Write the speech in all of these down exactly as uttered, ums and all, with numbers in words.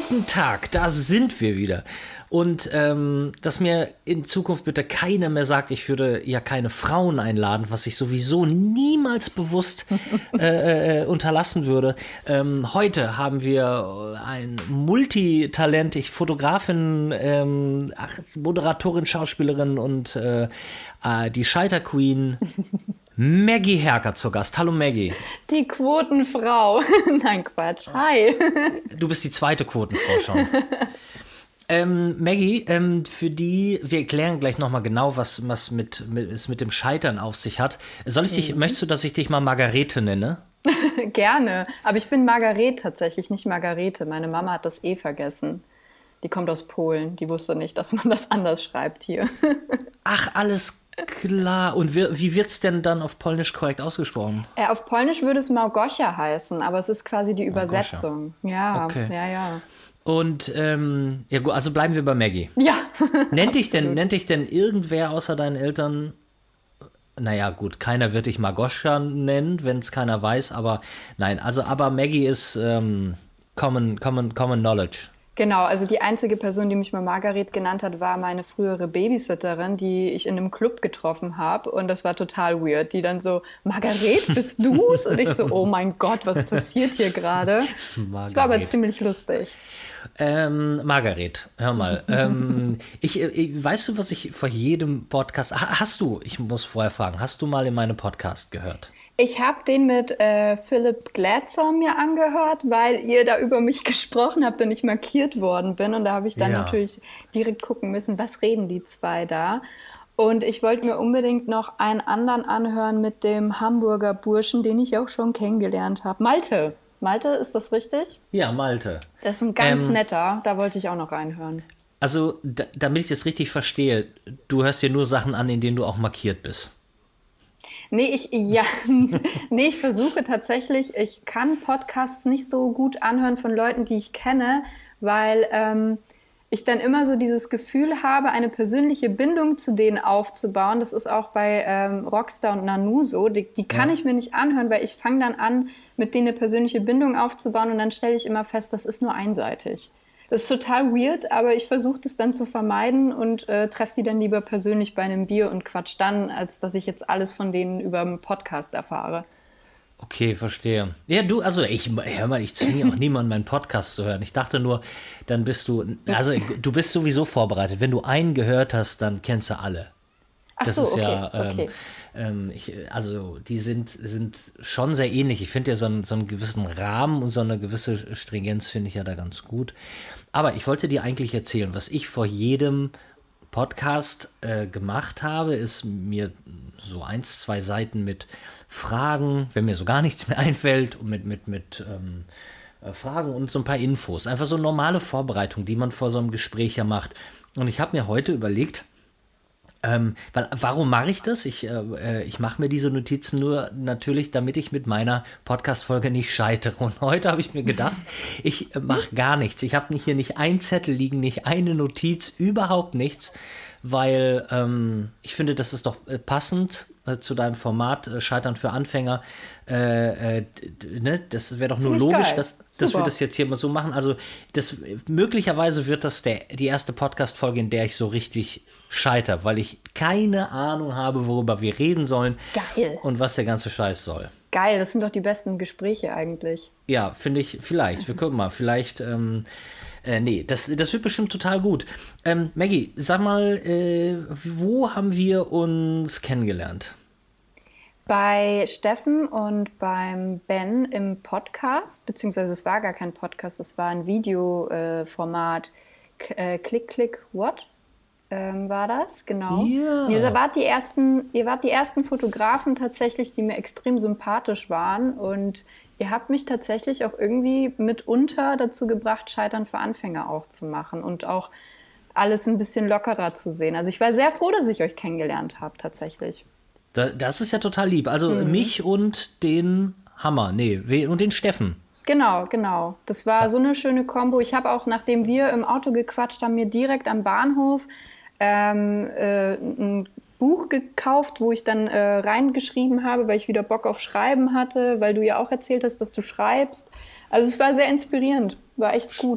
Guten Tag, da sind wir wieder. Und ähm, dass mir in Zukunft bitte keiner mehr sagt, ich würde ja keine Frauen einladen, was ich sowieso niemals bewusst äh, äh, unterlassen würde. Ähm, heute haben wir ein Multitalent, ich Fotografin, ähm, ach, Moderatorin, Schauspielerin und äh, äh, die Scheiterqueen Maggie Herker zu Gast. Hallo Maggie. Die Quotenfrau. Nein, Quatsch. Hi. Du bist die zweite Quotenfrau schon. Ähm, Maggie, ähm, für die, wir erklären gleich nochmal genau, was, was mit, mit, es mit dem Scheitern auf sich hat. Soll ich dich, mhm. möchtest du, dass ich dich mal Margarete nenne? Gerne, aber ich bin Margaret tatsächlich, nicht Margarete. Meine Mama hat das eh vergessen. Die kommt aus Polen, die wusste nicht, dass man das anders schreibt hier. Ach, alles klar. Und wie, wie wird es denn dann auf Polnisch korrekt ausgesprochen? Äh, auf Polnisch würde es Małgosia heißen, aber es ist quasi die Übersetzung. Małgosia. Ja, okay. ja, ja. Und, ähm, ja gut, also bleiben wir bei Maggie. Ja. Nennt dich denn, nennt dich denn irgendwer außer deinen Eltern, naja gut, keiner wird dich Małgosia nennen, wenn es keiner weiß, aber nein, also aber Maggie ist ähm, common, common, common knowledge. Genau, also die einzige Person, die mich mal Margaret genannt hat, war meine frühere Babysitterin, die ich in einem Club getroffen habe und das war total weird. Die dann so, Margaret, bist du's? Und ich so, oh mein Gott, was passiert hier gerade? Das war aber ziemlich lustig. Ähm, Margaret, hör mal, ähm, ich, ich, weißt du, was ich vor jedem Podcast, hast du, ich muss vorher fragen, hast du mal in meinem Podcast gehört? Ich habe den mit äh, Philipp Glatzer mir angehört, weil ihr da über mich gesprochen habt und ich markiert worden bin. Und da habe ich dann ja. natürlich direkt gucken müssen, was reden die zwei da. Und ich wollte mir unbedingt noch einen anderen anhören mit dem Hamburger Burschen, den ich auch schon kennengelernt habe. Malte. Malte, ist das richtig? Ja, Malte. Das ist ein ganz ähm, netter, da wollte ich auch noch reinhören. Also, da, damit ich das richtig verstehe, du hörst dir nur Sachen an, in denen du auch markiert bist. Nee, ich, ja, nee, ich versuche tatsächlich, ich kann Podcasts nicht so gut anhören von Leuten, die ich kenne, weil ähm, ich dann immer so dieses Gefühl habe, eine persönliche Bindung zu denen aufzubauen. Das ist auch bei ähm, Rockstar und Nanu so. Die, die kann ja. ich mir nicht anhören, weil ich fange dann an, mit denen eine persönliche Bindung aufzubauen und dann stelle ich immer fest, das ist nur einseitig. Das ist total weird, aber ich versuche das dann zu vermeiden und äh, treffe die dann lieber persönlich bei einem Bier und quatsch dann, als dass ich jetzt alles von denen über einen Podcast erfahre. Okay, verstehe. Ja, du, also ich, hör mal, ich zwinge auch niemanden, meinen Podcast zu hören. Ich dachte nur, dann bist du, also du bist sowieso vorbereitet. Wenn du einen gehört hast, dann kennst du alle. Ach das so, ist okay, ja, ähm, okay. ähm, ich, also die sind, sind schon sehr ähnlich. Ich finde ja so einen, so einen gewissen Rahmen und so eine gewisse Stringenz finde ich ja da ganz gut. Aber ich wollte dir eigentlich erzählen, was ich vor jedem Podcast äh, gemacht habe, ist mir so eins, zwei Seiten mit Fragen, wenn mir so gar nichts mehr einfällt, und mit, mit, mit ähm, äh, Fragen und so ein paar Infos. Einfach so normale Vorbereitung, die man vor so einem Gespräch ja macht. Und ich habe mir heute überlegt, Ähm, weil, warum mache ich das? Ich, äh, ich mache mir diese Notizen nur natürlich, damit ich mit meiner Podcast-Folge nicht scheitere. Und heute habe ich mir gedacht, ich äh, mache gar nichts. Ich habe hier nicht einen Zettel liegen, nicht eine Notiz, überhaupt nichts, weil ähm, ich finde, das ist doch äh, passend äh, zu deinem Format äh, Scheitern für Anfänger. Äh, äh, ne? Das wäre doch nur logisch, dass, dass wir das jetzt hier mal so machen. Also das, möglicherweise wird das der, die erste Podcast-Folge, in der ich so richtig scheiter, weil ich keine Ahnung habe, worüber wir reden sollen. Geil. Und was der ganze Scheiß soll. Geil, das sind doch die besten Gespräche eigentlich. Ja, finde ich, vielleicht. Wir gucken mal, vielleicht, ähm, äh, nee, das, das wird bestimmt total gut. Ähm, Maggie, sag mal, äh, wo haben wir uns kennengelernt? Bei Steffen und beim Ben im Podcast, beziehungsweise es war gar kein Podcast, es war ein Videoformat. Äh, Click, Click, What? Ähm, war das, genau. Ja. Ihr wart die ersten, ihr wart die ersten Fotografen tatsächlich, die mir extrem sympathisch waren und ihr habt mich tatsächlich auch irgendwie mitunter dazu gebracht, Scheitern für Anfänger auch zu machen und auch alles ein bisschen lockerer zu sehen. Also ich war sehr froh, dass ich euch kennengelernt habe, tatsächlich. Da, das ist ja total lieb. Also mhm. mich und den Hammer, nee, und den Steffen. Genau, genau. Das war so eine schöne Kombo. Ich habe auch, nachdem wir im Auto gequatscht haben, mir direkt am Bahnhof ähm, äh, ein Buch gekauft, wo ich dann äh, reingeschrieben habe, weil ich wieder Bock auf Schreiben hatte, weil du ja auch erzählt hast, dass du schreibst. Also es war sehr inspirierend, war echt gut.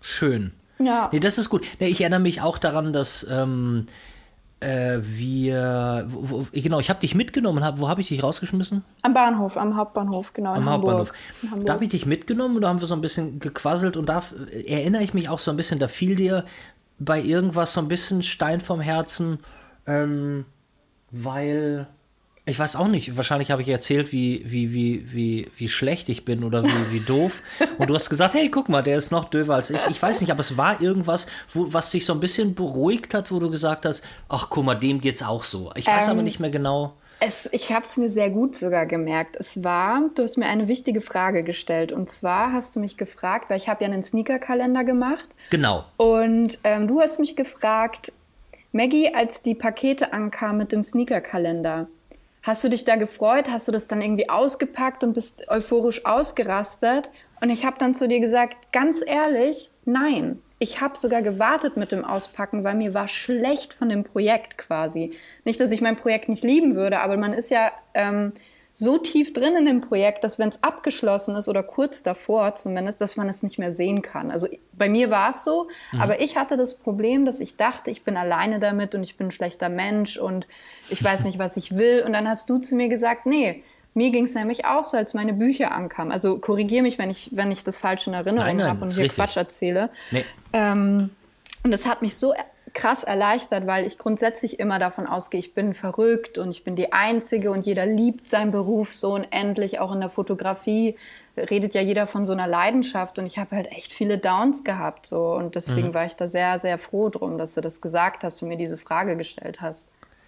Schön. Ja. Nee, das ist gut. Nee, ich erinnere mich auch daran, dass ähm, äh, wir, wo, wo, genau, ich habe dich mitgenommen. Hab, wo habe ich dich rausgeschmissen? Am Bahnhof, am Hauptbahnhof, genau, in Am Hamburg. Hauptbahnhof. In Hamburg. Da habe ich dich mitgenommen und da haben wir so ein bisschen gequasselt und da äh, erinnere ich mich auch so ein bisschen, da fiel dir bei irgendwas so ein bisschen Stein vom Herzen, ähm, weil, ich weiß auch nicht, wahrscheinlich habe ich erzählt, wie, wie, wie, wie, wie schlecht ich bin oder wie, wie doof. Und du hast gesagt, hey, guck mal, der ist noch döver als ich. Ich weiß nicht, aber es war irgendwas, wo, was dich so ein bisschen beruhigt hat, wo du gesagt hast, ach, guck mal, dem geht's auch so. Ich weiß Ähm, aber nicht mehr genau. Es, ich habe es mir sehr gut sogar gemerkt. Es war, du hast mir eine wichtige Frage gestellt. Und zwar hast du mich gefragt, weil ich habe ja einen Sneaker-Kalender gemacht. Genau. Und ähm, du hast mich gefragt, Maggie, als die Pakete ankamen mit dem Sneaker-Kalender, hast du dich da gefreut? Hast du das dann irgendwie ausgepackt und bist euphorisch ausgerastet? Und ich habe dann zu dir gesagt, ganz ehrlich, nein. Ich habe sogar gewartet mit dem Auspacken, weil mir war schlecht von dem Projekt quasi. Nicht, dass ich mein Projekt nicht lieben würde, aber man ist ja ähm, so tief drin in dem Projekt, dass wenn es abgeschlossen ist oder kurz davor zumindest, dass man es nicht mehr sehen kann. Also bei mir war es so, mhm. aber ich hatte das Problem, dass ich dachte, ich bin alleine damit und ich bin ein schlechter Mensch und ich weiß nicht, was ich will. Und dann hast du zu mir gesagt, nee, mir ging es nämlich auch so, als meine Bücher ankamen. Also korrigiere mich, wenn ich, wenn ich das falsch in Erinnerung habe und hier richtig. Quatsch erzähle. Nee. Ähm, und das hat mich so krass erleichtert, weil ich grundsätzlich immer davon ausgehe, ich bin verrückt und ich bin die Einzige und jeder liebt seinen Beruf so unendlich. Auch in der Fotografie redet ja jeder von so einer Leidenschaft und ich habe halt echt viele Downs gehabt. So. Und deswegen mhm. war ich da sehr, sehr froh drum, dass du das gesagt hast und mir diese Frage gestellt hast.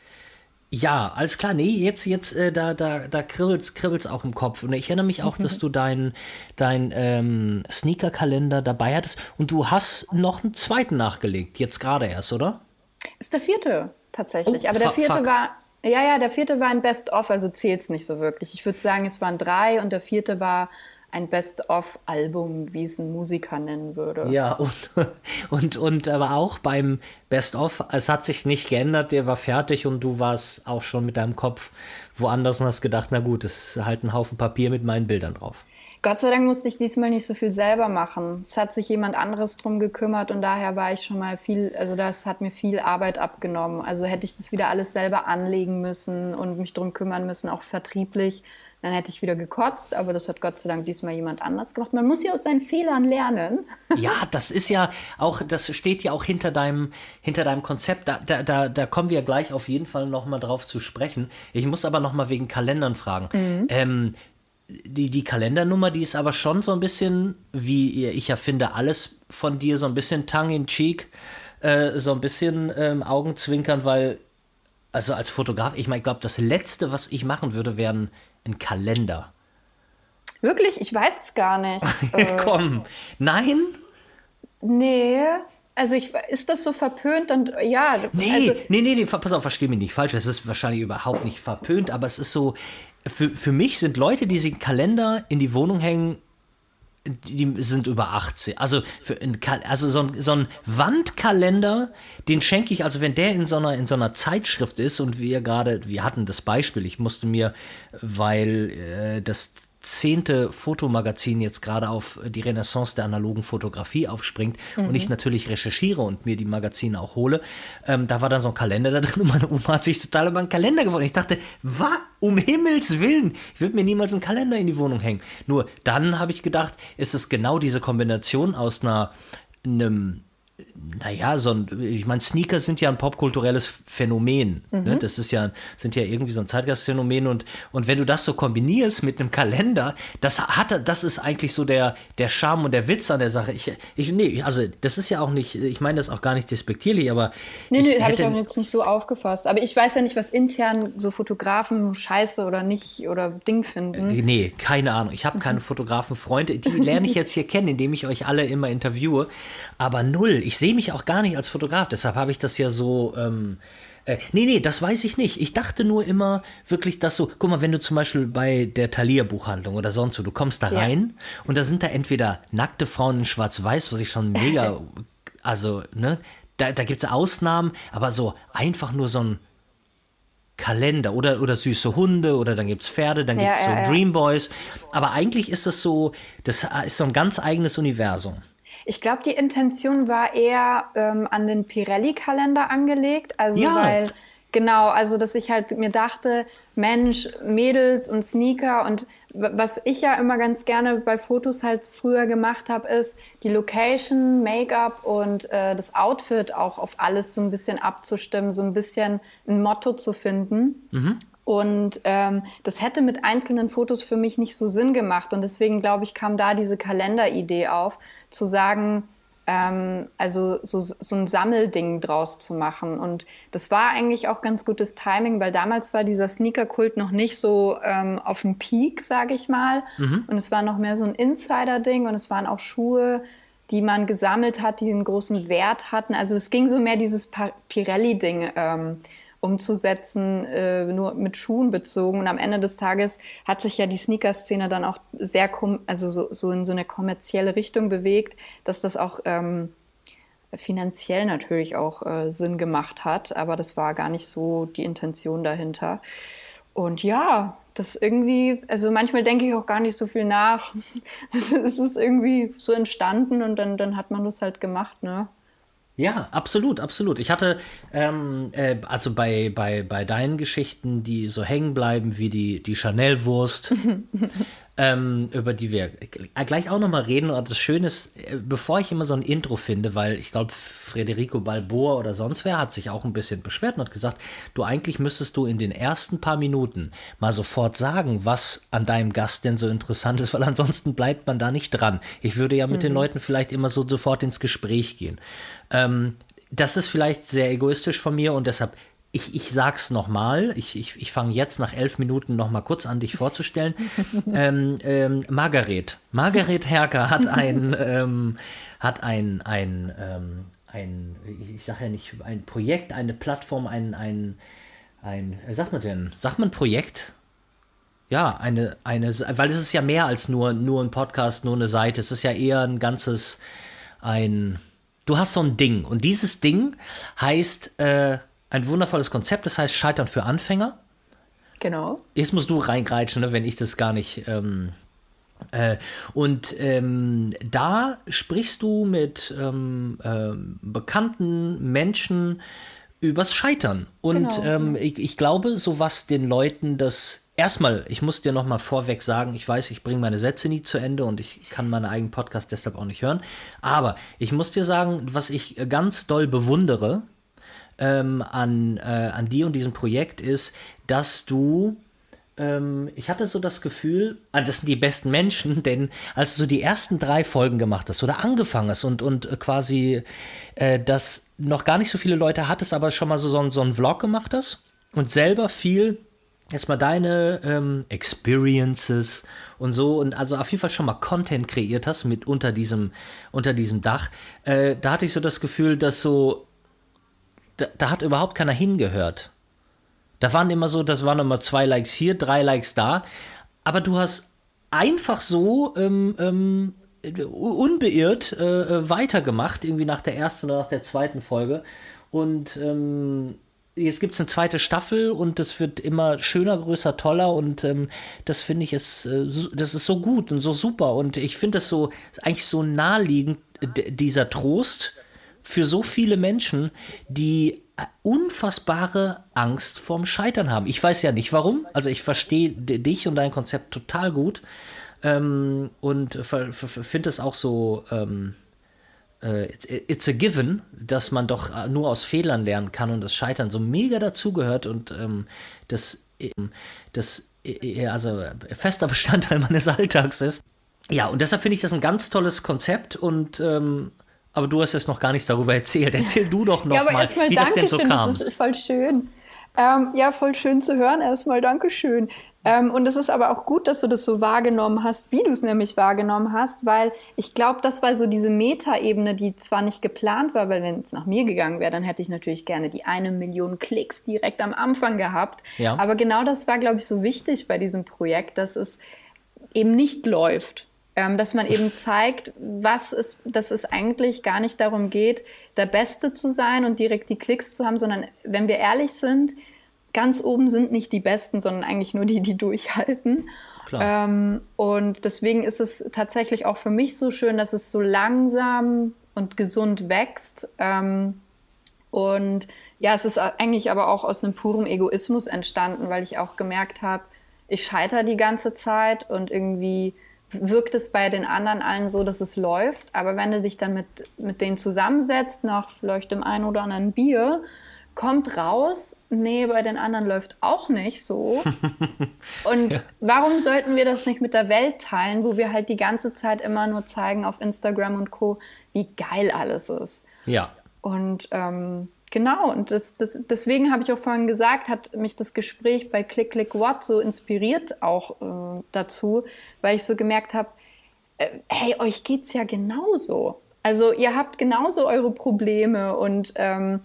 Ja, alles klar. Nee, jetzt, jetzt äh, da, da, da kribbelt's, kribbelt's auch im Kopf. Und ich erinnere mich auch, mhm. dass du deinen dein, ähm, Sneaker-Kalender dabei hattest. Und du hast noch einen zweiten nachgelegt, jetzt gerade erst, oder? Ist der vierte, tatsächlich. Oh, Aber der vierte fuck. war, ja, ja, der vierte war ein Best-of, also zählt's nicht so wirklich. Ich würde sagen, es waren drei und der vierte war ein Best-of-Album, wie es ein Musiker nennen würde. Ja, und, und, und aber auch beim Best-of, es hat sich nicht geändert, der war fertig und du warst auch schon mit deinem Kopf woanders und hast gedacht, na gut, es ist halt ein Haufen Papier mit meinen Bildern drauf. Gott sei Dank musste ich diesmal nicht so viel selber machen. Es hat sich jemand anderes drum gekümmert und daher war ich schon mal viel, also das hat mir viel Arbeit abgenommen. Also hätte ich das wieder alles selber anlegen müssen und mich drum kümmern müssen, auch vertrieblich, dann hätte ich wieder gekotzt, aber das hat Gott sei Dank diesmal jemand anders gemacht. Man muss ja aus seinen Fehlern lernen. Ja, das ist ja auch, das steht ja auch hinter deinem, hinter deinem Konzept. Da, da, da, da kommen wir gleich auf jeden Fall noch mal drauf zu sprechen. Ich muss aber noch mal wegen Kalendern fragen. Mhm. Ähm, die, die Kalendernummer, die ist aber schon so ein bisschen, wie ich ja finde, alles von dir so ein bisschen tongue-in-cheek, äh, so ein bisschen ähm, Augenzwinkern, weil, also als Fotograf, ich meine, ich glaube, das Letzte, was ich machen würde, wäre ein Ein Kalender. Wirklich? Ich weiß es gar nicht. Komm, nein? Nee. Also ich, ist das so verpönt? Dann, ja. Nee, also, nee, nee, nee, pass auf, versteh mich nicht falsch. Das ist wahrscheinlich überhaupt nicht verpönt, aber es ist so, für, für mich sind Leute, die sich einen Kalender in die Wohnung hängen, die sind über achtzig. Also, für ein, also so, ein, so ein Wandkalender, den schenke ich, also wenn der in so einer, in so einer Zeitschrift ist und wir gerade, wir hatten das Beispiel, ich musste mir, weil äh, das zehnte Fotomagazin jetzt gerade auf die Renaissance der analogen Fotografie aufspringt mhm. und ich natürlich recherchiere und mir die Magazine auch hole, ähm, da war dann so ein Kalender da drin und meine Oma hat sich total über einen Kalender geworden. Ich dachte, was? Um Himmels Willen, ich würde mir niemals einen Kalender in die Wohnung hängen. Nur dann habe ich gedacht, ist es genau diese Kombination aus einer, einem naja, so ein, ich meine, Sneaker sind ja ein popkulturelles Phänomen. Mhm. Ne? Das ist ja, sind ja irgendwie so ein Zeitgeistphänomen und, und wenn du das so kombinierst mit einem Kalender, das hat, das ist eigentlich so der, der Charme und der Witz an der Sache. Ich, ich, nee, also das ist ja auch nicht, ich meine das auch gar nicht despektierlich, aber nee, nee, habe ich auch jetzt nicht so aufgefasst. Aber ich weiß ja nicht, was intern so Fotografen scheiße oder nicht oder Ding finden. Nee, keine Ahnung. Ich habe keine Fotografenfreunde, die lerne ich jetzt hier kennen, indem ich euch alle immer interviewe, aber null. Ich sehe mich auch gar nicht als Fotograf, deshalb habe ich das ja so, ähm, äh, nee, nee, das weiß ich nicht. Ich dachte nur immer wirklich, dass so, guck mal, wenn du zum Beispiel bei der Thalia-Buchhandlung oder sonst wo, du kommst da rein ja. und da sind da entweder nackte Frauen in Schwarz-Weiß, was ich schon mega, also, ne, da, da gibt es Ausnahmen, aber so einfach nur so ein Kalender oder, oder süße Hunde oder dann gibt es Pferde, dann gibt es ja, so ja, Dream Boys, aber eigentlich ist das so, das ist so ein ganz eigenes Universum. Ich glaube, die Intention war eher ähm, an den Pirelli-Kalender angelegt. Also Ja. weil, genau, also dass ich halt mir dachte, Mensch, Mädels und Sneaker und w- was ich ja immer ganz gerne bei Fotos halt früher gemacht habe, ist die Location, Make-up und äh, das Outfit auch auf alles so ein bisschen abzustimmen, so ein bisschen ein Motto zu finden. Und ähm, das hätte mit einzelnen Fotos für mich nicht so Sinn gemacht. Und deswegen, glaube ich, kam da diese Kalenderidee auf, zu sagen, ähm, also so, so ein Sammelding draus zu machen. Und das war eigentlich auch ganz gutes Timing, weil damals war dieser Sneaker-Kult noch nicht so ähm, auf dem Peak, sage ich mal. Und es war noch mehr so ein Insider-Ding und es waren auch Schuhe, die man gesammelt hat, die einen großen Wert hatten. Also es ging so mehr dieses Pa- Pirelli-Ding ähm, umzusetzen, äh, nur mit Schuhen bezogen. Und am Ende des Tages hat sich ja die Sneaker-Szene dann auch sehr, kom- also so, so in so eine kommerzielle Richtung bewegt, dass das auch ähm, finanziell natürlich auch äh, Sinn gemacht hat. Aber das war gar nicht so die Intention dahinter. Und ja, das irgendwie, also manchmal denke ich auch gar nicht so viel nach. Es ist irgendwie so entstanden und dann, dann hat man das halt gemacht, ne? Ja, absolut, absolut. Ich hatte, ähm, äh, also bei, bei, bei deinen Geschichten, die so hängen bleiben, wie die, die Chanel-Wurst, ähm, über die wir gleich auch nochmal reden. Und das Schöne ist, äh, bevor ich immer so ein Intro finde, weil ich glaube, Federico Balboa oder sonst wer hat sich auch ein bisschen beschwert und hat gesagt, du, eigentlich müsstest du in den ersten paar Minuten mal sofort sagen, was an deinem Gast denn so interessant ist, weil ansonsten bleibt man da nicht dran. Ich würde ja mit den Leuten vielleicht immer so sofort ins Gespräch gehen. Ähm, das ist vielleicht sehr egoistisch von mir und deshalb, ich, ich sag's nochmal, ich, ich, ich fange jetzt nach elf Minuten nochmal kurz an, dich vorzustellen. ähm, ähm, Margaret, Margaret Herker hat ein, ähm, hat ein, ein, ähm, ein, ich sage ja nicht, ein Projekt, eine Plattform, ein, ein, ein, wie sagt man denn, sagt man Projekt? Ja, eine, eine, weil es ist ja mehr als nur, nur ein Podcast, nur eine Seite, es ist ja eher ein ganzes, ein, du hast so ein Ding und dieses Ding heißt, äh, ein wundervolles Konzept, das heißt Scheitern für Anfänger. Genau. Jetzt musst du reingreitschen, ne, wenn ich das gar nicht. Ähm, äh, und ähm, da sprichst du mit ähm, ähm, bekannten Menschen übers Scheitern. Und Genau, ähm, ja. ich, ich glaube, so was den Leuten das. Erstmal, ich muss dir noch mal vorweg sagen, ich weiß, ich bringe meine Sätze nie zu Ende und ich kann meinen eigenen Podcast deshalb auch nicht hören. Aber ich muss dir sagen, was ich ganz doll bewundere, ähm, an, äh, an dir und diesem Projekt ist, dass du, ähm, ich hatte so das Gefühl, ah, das sind die besten Menschen, denn als du so die ersten drei Folgen gemacht hast oder angefangen hast und, und äh, quasi äh, das noch gar nicht so viele Leute hattest, aber schon mal so, so, so einen Vlog gemacht hast und selber viel erstmal deine ähm, Experiences und so und also auf jeden Fall schon mal Content kreiert hast mit unter diesem, unter diesem Dach, äh, da hatte ich so das Gefühl, dass so Da, da hat überhaupt keiner hingehört. Da waren immer so, das waren immer zwei Likes hier, drei Likes da. Aber du hast einfach so ähm, ähm, unbeirrt äh, weitergemacht, irgendwie nach der ersten oder nach der zweiten Folge. Und ähm, jetzt gibt es eine zweite Staffel und das wird immer schöner, größer, toller und ähm, das finde ich ist, äh, so- das ist so gut und so super. Und ich finde das so eigentlich so naheliegend, d- dieser Trost für so viele Menschen, die unfassbare Angst vorm Scheitern haben. Ich weiß ja nicht warum. Also ich verstehe d- dich und dein Konzept total gut ähm, und finde es auch so, ähm, äh, it's, it's a given, dass man doch nur aus Fehlern lernen kann und das Scheitern so mega dazugehört und ähm, das, ähm, das äh, also fester Bestandteil meines Alltags ist. Ja, und deshalb finde ich das ein ganz tolles Konzept und ähm, aber du hast jetzt noch gar nichts darüber erzählt. Erzähl du doch noch Ja, aber mal, erstmal wie das denn so Dankeschön, kam. das ist voll schön. Ähm, ja, voll schön zu hören. Erstmal Dankeschön. Ähm, und es ist aber auch gut, dass du das so wahrgenommen hast, wie du es nämlich wahrgenommen hast, weil ich glaube, das war so diese Metaebene, die zwar nicht geplant war, weil wenn es nach mir gegangen wäre, dann hätte ich natürlich gerne die eine Million Klicks direkt am Anfang gehabt. Ja. Aber genau das war, glaube ich, so wichtig bei diesem Projekt, dass es eben nicht läuft. Ähm, dass man eben zeigt, was ist, dass es eigentlich gar nicht darum geht, der Beste zu sein und direkt die Klicks zu haben, sondern wenn wir ehrlich sind, ganz oben sind nicht die Besten, sondern eigentlich nur die, die durchhalten. klar. Ähm, und deswegen ist es tatsächlich auch für mich so schön, dass es so langsam und gesund wächst. Ähm, und ja, es ist eigentlich aber auch aus einem puren Egoismus entstanden, weil ich auch gemerkt habe, ich scheitere die ganze Zeit und irgendwie wirkt es bei den anderen allen so, dass es läuft. Aber wenn du dich dann mit, mit denen zusammensetzt, nach vielleicht dem einen oder anderen Bier, kommt raus, nee, bei den anderen läuft auch nicht so. Und ja. warum sollten wir das nicht mit der Welt teilen, wo wir halt die ganze Zeit immer nur zeigen auf Instagram und Co., wie geil alles ist. Ja. Und ähm, genau, und das, das, deswegen habe ich auch vorhin gesagt, hat mich das Gespräch bei Click Click What so inspiriert auch äh, dazu, weil ich so gemerkt habe, äh, hey, euch geht's ja genauso. Also ihr habt genauso eure Probleme und ähm,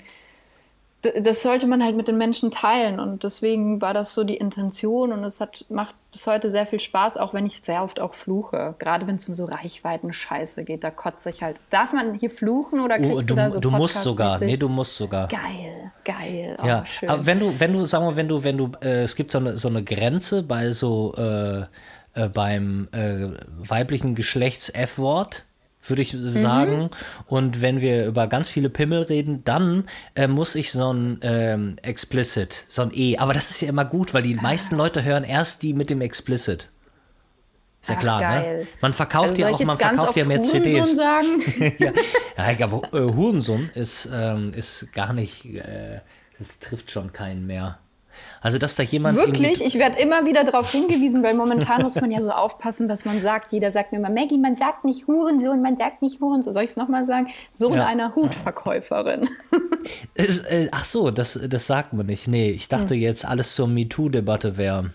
das sollte man halt mit den Menschen teilen und deswegen war das so die Intention und es hat, macht bis heute sehr viel Spaß, auch wenn ich sehr oft auch fluche. Gerade wenn es um so Reichweiten-Scheiße geht, da kotze ich halt. Darf man hier fluchen oder kriegst oh, du, du da so Du musst sogar, nee, du musst sogar. Geil, geil, oh, ja, schön. Aber wenn du, wenn du, sagen wir, wenn du, wenn du, äh, es gibt so eine, so eine Grenze bei so, äh, äh, beim äh, weiblichen Geschlechts-F-Wort, würde ich sagen. Mhm. Und wenn wir über ganz viele Pimmel reden, dann äh, muss ich so ein ähm, Explicit, so ein E. Aber das ist ja immer gut, weil die ah. meisten Leute hören erst die mit dem Explicit. Ist ja Ach, klar, geil. ne? Man verkauft also ja auch, man verkauft ja mehr C Ds. Hurensohn sagen? ja. ja, ich glaube, äh, Hurensohn ist, ähm, ist gar nicht, äh, das trifft schon keinen mehr. Also, dass da jemand. Wirklich? Ich werde immer wieder darauf hingewiesen, weil momentan muss man ja so aufpassen, was man sagt. Jeder sagt mir immer, Maggie, man sagt nicht Hurensohn, man sagt nicht Hurensohn. Soll ich es nochmal sagen? Sohn ja. einer Hutverkäuferin. Es, äh, ach so, das, das sagt man nicht. Nee, ich dachte hm. jetzt, alles zur MeToo-Debatte wäre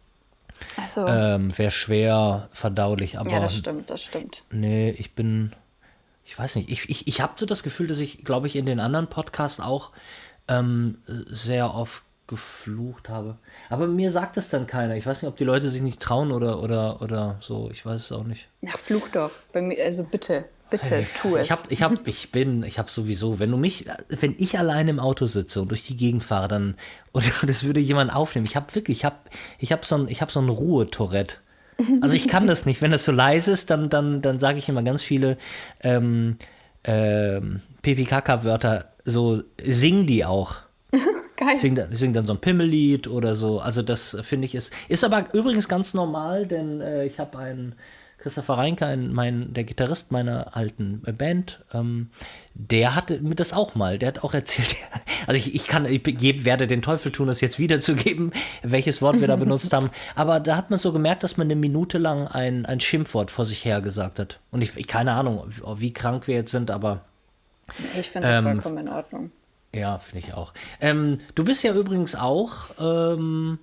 so. ähm, wär schwer verdaulich. Aber, ja, das stimmt, das stimmt. Nee, ich bin. Ich weiß nicht. Ich, ich, ich habe so das Gefühl, dass ich, glaube ich, in den anderen Podcasts auch ähm, sehr oft geflucht habe. Aber mir sagt es dann keiner. Ich weiß nicht, ob die Leute sich nicht trauen oder, oder, oder so. Ich weiß es auch nicht. Ach, fluch doch. Bei mir, also bitte, bitte, tu es. Ich hab, ich hab, ich bin, ich habe sowieso, wenn du mich, wenn ich allein im Auto sitze und durch die Gegend fahre, dann, und das würde jemand aufnehmen. Ich habe wirklich, ich habe, ich habe so ein, ich habe so ein Ruhe-Tourette. Also ich kann das nicht. Wenn das so leise ist, dann, dann, dann sage ich immer ganz viele ähm, ähm, Pipi-Kaka-Wörter, so sing die auch. Geil. Sing dann, sing dann so ein Pimmellied oder so. Also das finde ich ist, ist aber übrigens ganz normal, denn äh, ich habe einen Christopher Reinke, einen, mein, der Gitarrist meiner alten Band, ähm, der hatte mir das auch mal. Der hat auch erzählt, also ich, ich kann, ich werde den Teufel tun, das jetzt wiederzugeben, welches Wort wir da benutzt haben. Aber da hat man so gemerkt, dass man eine Minute lang ein, ein Schimpfwort vor sich her gesagt hat. Und ich, ich keine Ahnung, wie, wie krank wir jetzt sind, aber ich finde das ähm, vollkommen in Ordnung. Ja, finde ich auch. Ähm, du bist ja übrigens auch, ähm,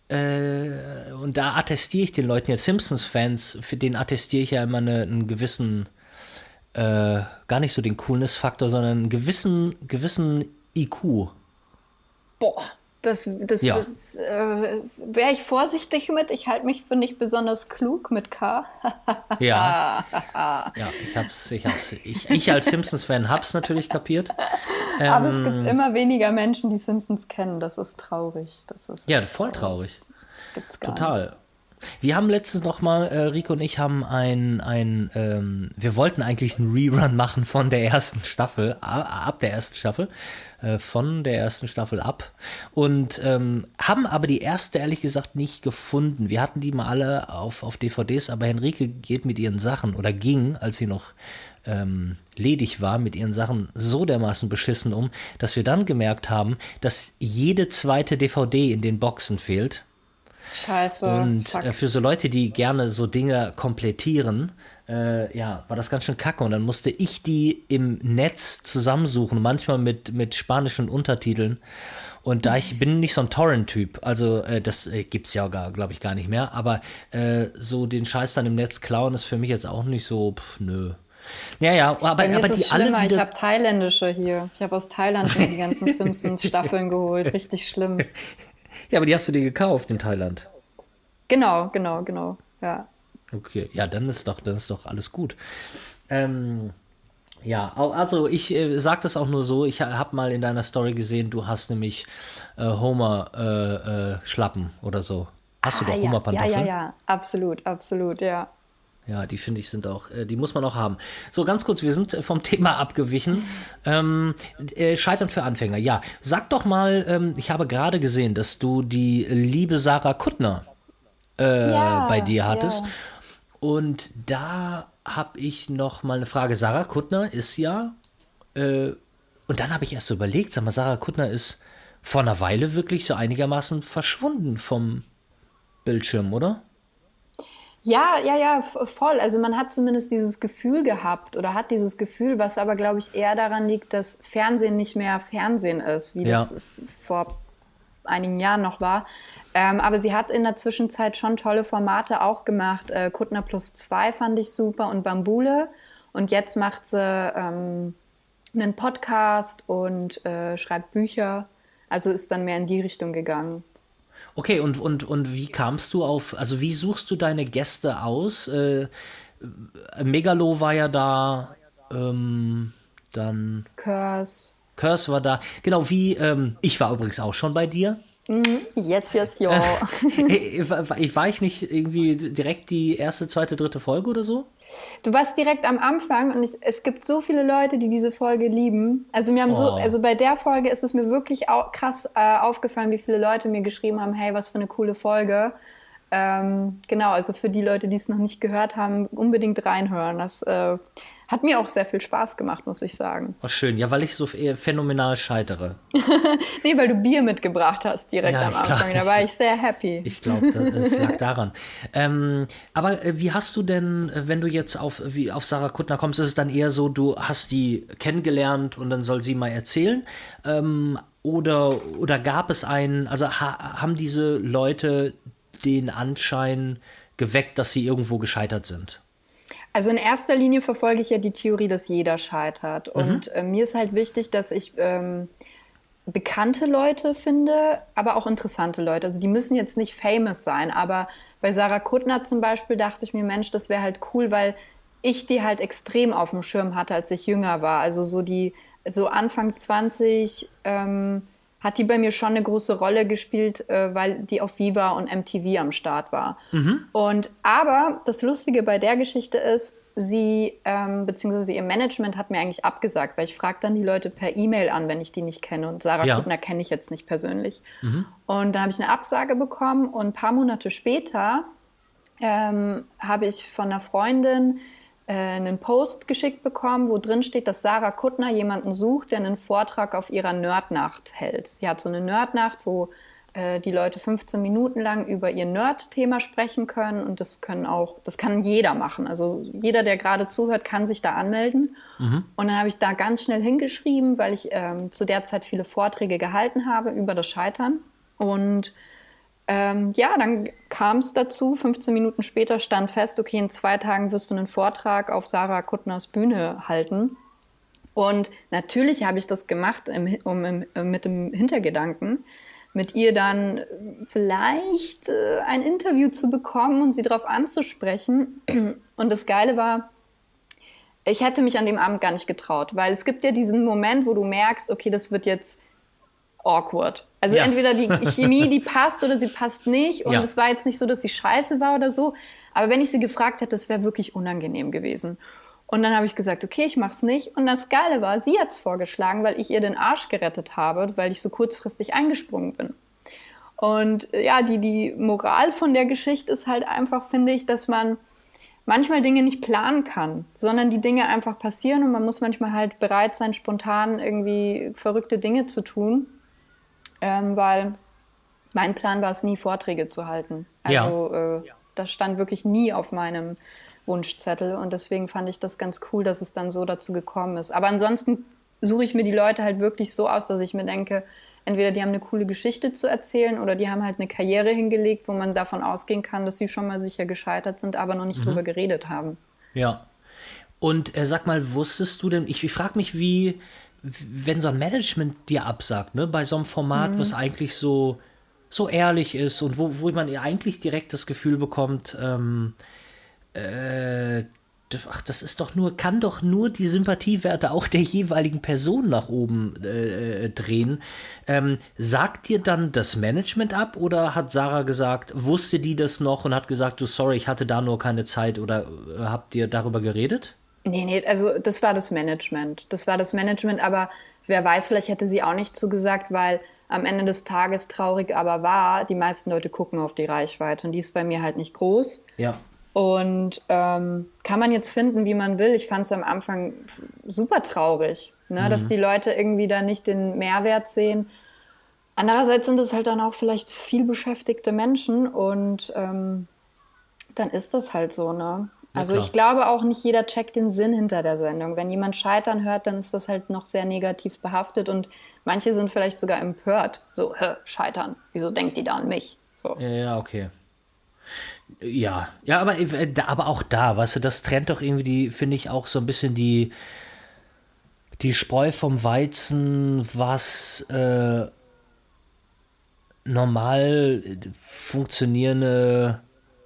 äh, und da attestiere ich den Leuten jetzt, Simpsons-Fans, für den attestiere ich ja immer eine, einen gewissen, äh, gar nicht so den Coolness-Faktor, sondern einen gewissen, gewissen I Q. Boah, das, das, ja. das äh, wäre ich vorsichtig mit. Ich halte mich für nicht besonders klug mit K. ja. ja, ich hab's, ich hab's. Ich, ich als Simpsons-Fan hab's natürlich kapiert. Ähm, Aber es gibt immer weniger Menschen, die Simpsons kennen. Das ist traurig. Das ist ja, voll traurig. Das gibt's gar Total. nicht. Wir haben letztens noch mal, äh, Rico und ich haben ein, ein ähm, wir wollten eigentlich einen Rerun machen von der ersten Staffel, ab der ersten Staffel, äh, von der ersten Staffel ab und ähm, haben aber die erste ehrlich gesagt nicht gefunden. Wir hatten die mal alle auf, auf D V Ds, aber Henrike geht mit ihren Sachen oder ging, als sie noch ähm, ledig war, mit ihren Sachen so dermaßen beschissen um, dass wir dann gemerkt haben, dass jede zweite D V D in den Boxen fehlt. Scheiße. Und äh, für so Leute, die gerne so Dinge komplettieren, äh, ja, war das ganz schön kacke. Und dann musste ich die im Netz zusammensuchen, manchmal mit, mit spanischen Untertiteln. Und da ich bin nicht so ein Torrent-Typ, also äh, das äh, gibt's ja, glaube ich, gar nicht mehr. Aber äh, so den Scheiß dann im Netz klauen ist für mich jetzt auch nicht so, pf, nö. Ja, ja, aber, Bei mir aber ist die es alle schlimmer. wieder... Ich habe thailändische hier. Ich habe aus Thailand die ganzen Simpsons-Staffeln geholt. Richtig schlimm. Ja, aber die hast du dir gekauft in Thailand. Genau, genau, genau, ja. Okay, ja, dann ist doch, dann ist doch alles gut. Ähm, ja, also ich äh, sag das auch nur so, ich habe mal in deiner Story gesehen, du hast nämlich äh, Homer äh, äh, Schlappen oder so. Hast du Ah, doch ja, ja, Hummerpantoffeln? ja, ja, absolut, absolut, ja. Ja, die finde ich sind auch, äh, die muss man auch haben. So, ganz kurz, wir sind äh, vom Thema abgewichen. Ähm, äh, Scheitern für Anfänger, ja. Sag doch mal, ähm, ich habe gerade gesehen, dass du die liebe Sarah Kuttner äh, bei Ja, dir hattest. ja. Und da habe ich noch mal eine Frage. Sarah Kuttner ist ja, äh, und dann habe ich erst so überlegt, sag mal, Sarah Kuttner ist vor einer Weile wirklich so einigermaßen verschwunden vom Bildschirm, oder? Ja, ja, ja, v- voll. Also man hat zumindest dieses Gefühl gehabt oder hat dieses Gefühl, was aber, glaube ich, eher daran liegt, dass Fernsehen nicht mehr Fernsehen ist, wie Ja. das f- vor einigen Jahren noch war. Ähm, aber sie hat in der Zwischenzeit schon tolle Formate auch gemacht. Äh, Kuttner plus zwei fand ich super und Bambule. Und jetzt macht sie ähm, einen Podcast und äh, schreibt Bücher. Also ist dann mehr in die Richtung gegangen. Okay, und, und, und wie kamst du auf, also wie suchst du deine Gäste aus? Äh, Megalo war ja da, ähm, dann Curse. Curse war da. Genau, wie, ähm, ich war übrigens auch schon bei dir. Yes, yes, yo. Äh, War, war ich nicht irgendwie direkt die erste, zweite, dritte Folge oder so? Du warst direkt am Anfang und ich, es gibt so viele Leute, die diese Folge lieben. Also mir haben so, Oh. also bei der Folge ist es mir wirklich au krass äh, aufgefallen, wie viele Leute mir geschrieben haben, hey, was für eine coole Folge. Ähm, genau, also für die Leute, die es noch nicht gehört haben, unbedingt reinhören. Das äh, hat mir auch sehr viel Spaß gemacht, muss ich sagen. Oh, schön. Ja, weil ich so äh, phänomenal scheitere. Nee, weil du Bier mitgebracht hast direkt Ja, am ich glaub- Anfang. Da war ich sehr happy. Ich glaube, das, das lag daran. Ähm, aber äh, wie hast du denn, äh, wenn du jetzt auf, wie auf Sarah Kuttner kommst, ist es dann eher so, du hast die kennengelernt und dann soll sie mal erzählen? Ähm, oder, oder gab es einen, also ha, haben diese Leute den Anschein geweckt, dass sie irgendwo gescheitert sind? Also in erster Linie verfolge ich ja die Theorie, dass jeder scheitert. Und äh, mir ist halt wichtig, dass ich ähm, bekannte Leute finde, aber auch interessante Leute. Also die müssen jetzt nicht famous sein, aber bei Sarah Kuttner zum Beispiel dachte ich mir, Mensch, das wäre halt cool, weil ich die halt extrem auf dem Schirm hatte, als ich jünger war. Also so die, so Anfang zwanzig ähm, hat die bei mir schon eine große Rolle gespielt, äh, weil die auf Viva und M T V am Start war. Und aber das Lustige bei der Geschichte ist, sie, ähm, beziehungsweise ihr Management hat mir eigentlich abgesagt, weil ich frage dann die Leute per E-Mail an, wenn ich die nicht kenne. Und Sarah Ja. Kuttner kenne ich jetzt nicht persönlich. Und dann habe ich eine Absage bekommen und ein paar Monate später ähm, habe ich von einer Freundin äh, einen Post geschickt bekommen, wo drin steht, dass Sarah Kuttner jemanden sucht, der einen Vortrag auf ihrer Nerdnacht hält. Sie hat so eine Nerdnacht, wo äh, die Leute fünfzehn Minuten lang über ihr Nerd-Thema sprechen können und das können auch, das kann jeder machen. Also jeder, der gerade zuhört, kann sich da anmelden. Und dann habe ich da ganz schnell hingeschrieben, weil ich ähm, zu der Zeit viele Vorträge gehalten habe über das Scheitern. Und ähm, ja, dann kam es dazu, fünfzehn Minuten später stand fest, okay, in zwei Tagen wirst du einen Vortrag auf Sarah Kuttners Bühne halten. Und natürlich habe ich das gemacht im, um, im, mit dem Hintergedanken, mit ihr dann vielleicht äh, ein Interview zu bekommen und sie darauf anzusprechen. Und das Geile war, ich hätte mich an dem Abend gar nicht getraut, weil es gibt ja diesen Moment, wo du merkst, okay, das wird jetzt awkward. Also Ja. entweder die Chemie, die passt oder sie passt nicht. Und Ja. es war jetzt nicht so, dass sie scheiße war oder so. Aber wenn ich sie gefragt hätte, das wäre wirklich unangenehm gewesen. Und dann habe ich gesagt, okay, ich mach's nicht. Und das Geile war, sie hat's vorgeschlagen, weil ich ihr den Arsch gerettet habe, weil ich so kurzfristig eingesprungen bin. Und äh, ja, die, die Moral von der Geschichte ist halt einfach, finde ich, dass man manchmal Dinge nicht planen kann, sondern die Dinge einfach passieren und man muss manchmal halt bereit sein, spontan irgendwie verrückte Dinge zu tun, ähm, weil mein Plan war es nie, Vorträge zu halten. Also äh, das stand wirklich nie auf meinem Wunschzettel und deswegen fand ich das ganz cool, dass es dann so dazu gekommen ist. Aber ansonsten suche ich mir die Leute halt wirklich so aus, dass ich mir denke, entweder die haben eine coole Geschichte zu erzählen oder die haben halt eine Karriere hingelegt, wo man davon ausgehen kann, dass sie schon mal sicher gescheitert sind, aber noch nicht drüber geredet haben. Ja. Und äh, sag mal, wusstest du denn, ich, ich frage mich, wie, wenn so ein Management dir absagt, ne, bei so einem Format, was eigentlich so, so ehrlich ist und wo, wo man ja eigentlich direkt das Gefühl bekommt, ähm, äh, ach, das ist doch nur, kann doch nur die Sympathiewerte auch der jeweiligen Person nach oben äh, drehen. Ähm, sagt dir dann das Management ab oder hat Sarah gesagt, wusste die das noch und hat gesagt, du, sorry, ich hatte da nur keine Zeit oder äh, habt ihr darüber geredet? Nee, nee, also das war das Management. Das war das Management, aber wer weiß, vielleicht hätte sie auch nicht zugesagt, weil am Ende des Tages traurig aber war, die meisten Leute gucken auf die Reichweite und die ist bei mir halt nicht groß. Ja. Und ähm, kann man jetzt finden, wie man will. Ich fand es am Anfang super traurig, ne? Mhm. Dass die Leute irgendwie da nicht den Mehrwert sehen. Andererseits sind es halt dann auch vielleicht viel beschäftigte Menschen und ähm, dann ist das halt so, ne? Also ich glaube auch nicht jeder checkt den Sinn hinter der Sendung. Wenn jemand Scheitern hört, dann ist das halt noch sehr negativ behaftet und manche sind vielleicht sogar empört. So, hä, Scheitern, wieso denkt die da an mich? So. Ja, ja, okay. Ja, ja, aber, aber auch da, weißt du, das trennt doch irgendwie die, finde ich, auch so ein bisschen die, die Spreu vom Weizen, was äh, normal funktionierende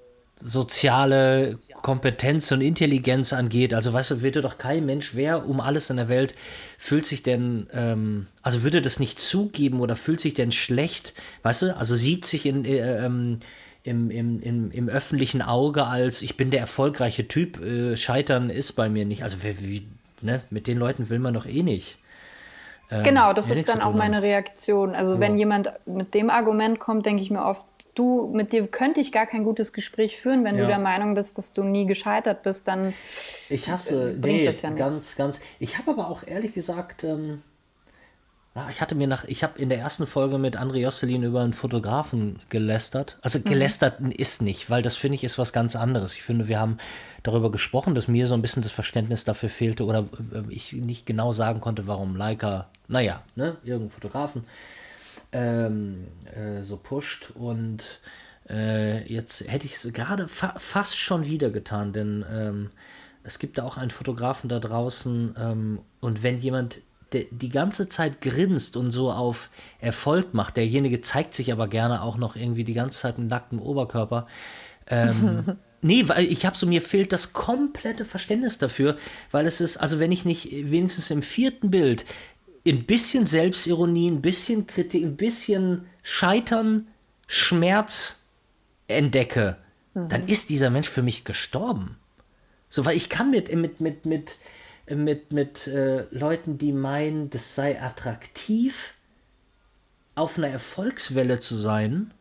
soziale Kompetenz und Intelligenz angeht. Also weißt du, würde doch kein Mensch, wer um alles in der Welt fühlt sich denn, ähm, also würde das nicht zugeben oder fühlt sich denn schlecht, weißt du, also sieht sich in, äh, ähm, im, im, im, im öffentlichen Auge als, ich bin der erfolgreiche Typ, äh, Scheitern ist bei mir nicht, also wie, ne, mit den Leuten will man doch eh nicht. Ähm, genau, das ist dann auch meine Reaktion. Also ja. Wenn jemand mit dem Argument kommt, denke ich mir oft, du, mit dir könnte ich gar kein gutes Gespräch führen, wenn ja. du der Meinung bist, dass du nie gescheitert bist, dann ich hasse, bringt nee, das ja nichts. Ganz, ganz, ich habe aber auch ehrlich gesagt, ähm, ich hatte mir nach, ich habe in der ersten Folge mit André Josselin über einen Fotografen gelästert. Also gelästert mhm. ist nicht, weil das finde ich ist was ganz anderes. Ich finde, wir haben darüber gesprochen, dass mir so ein bisschen das Verständnis dafür fehlte oder ich nicht genau sagen konnte, warum Leica, naja, ne, irgendein Fotografen Ähm, äh, so pusht und äh, jetzt hätte ich es gerade fa- fast schon wieder getan, denn ähm, es gibt da auch einen Fotografen da draußen ähm, und wenn jemand der die ganze Zeit grinst und so auf Erfolg macht, derjenige zeigt sich aber gerne auch noch irgendwie die ganze Zeit mit nacktem Oberkörper. Ähm, nee, weil ich habe so, mir fehlt das komplette Verständnis dafür, weil es ist, also wenn ich nicht wenigstens im vierten Bild ein bisschen Selbstironie, ein bisschen Kritik, ein bisschen Scheitern, Schmerz entdecke, mhm. dann ist dieser Mensch für mich gestorben. So, weil ich kann mit, mit, mit, mit, mit, mit äh, Leuten, die meinen, das sei attraktiv, auf einer Erfolgswelle zu sein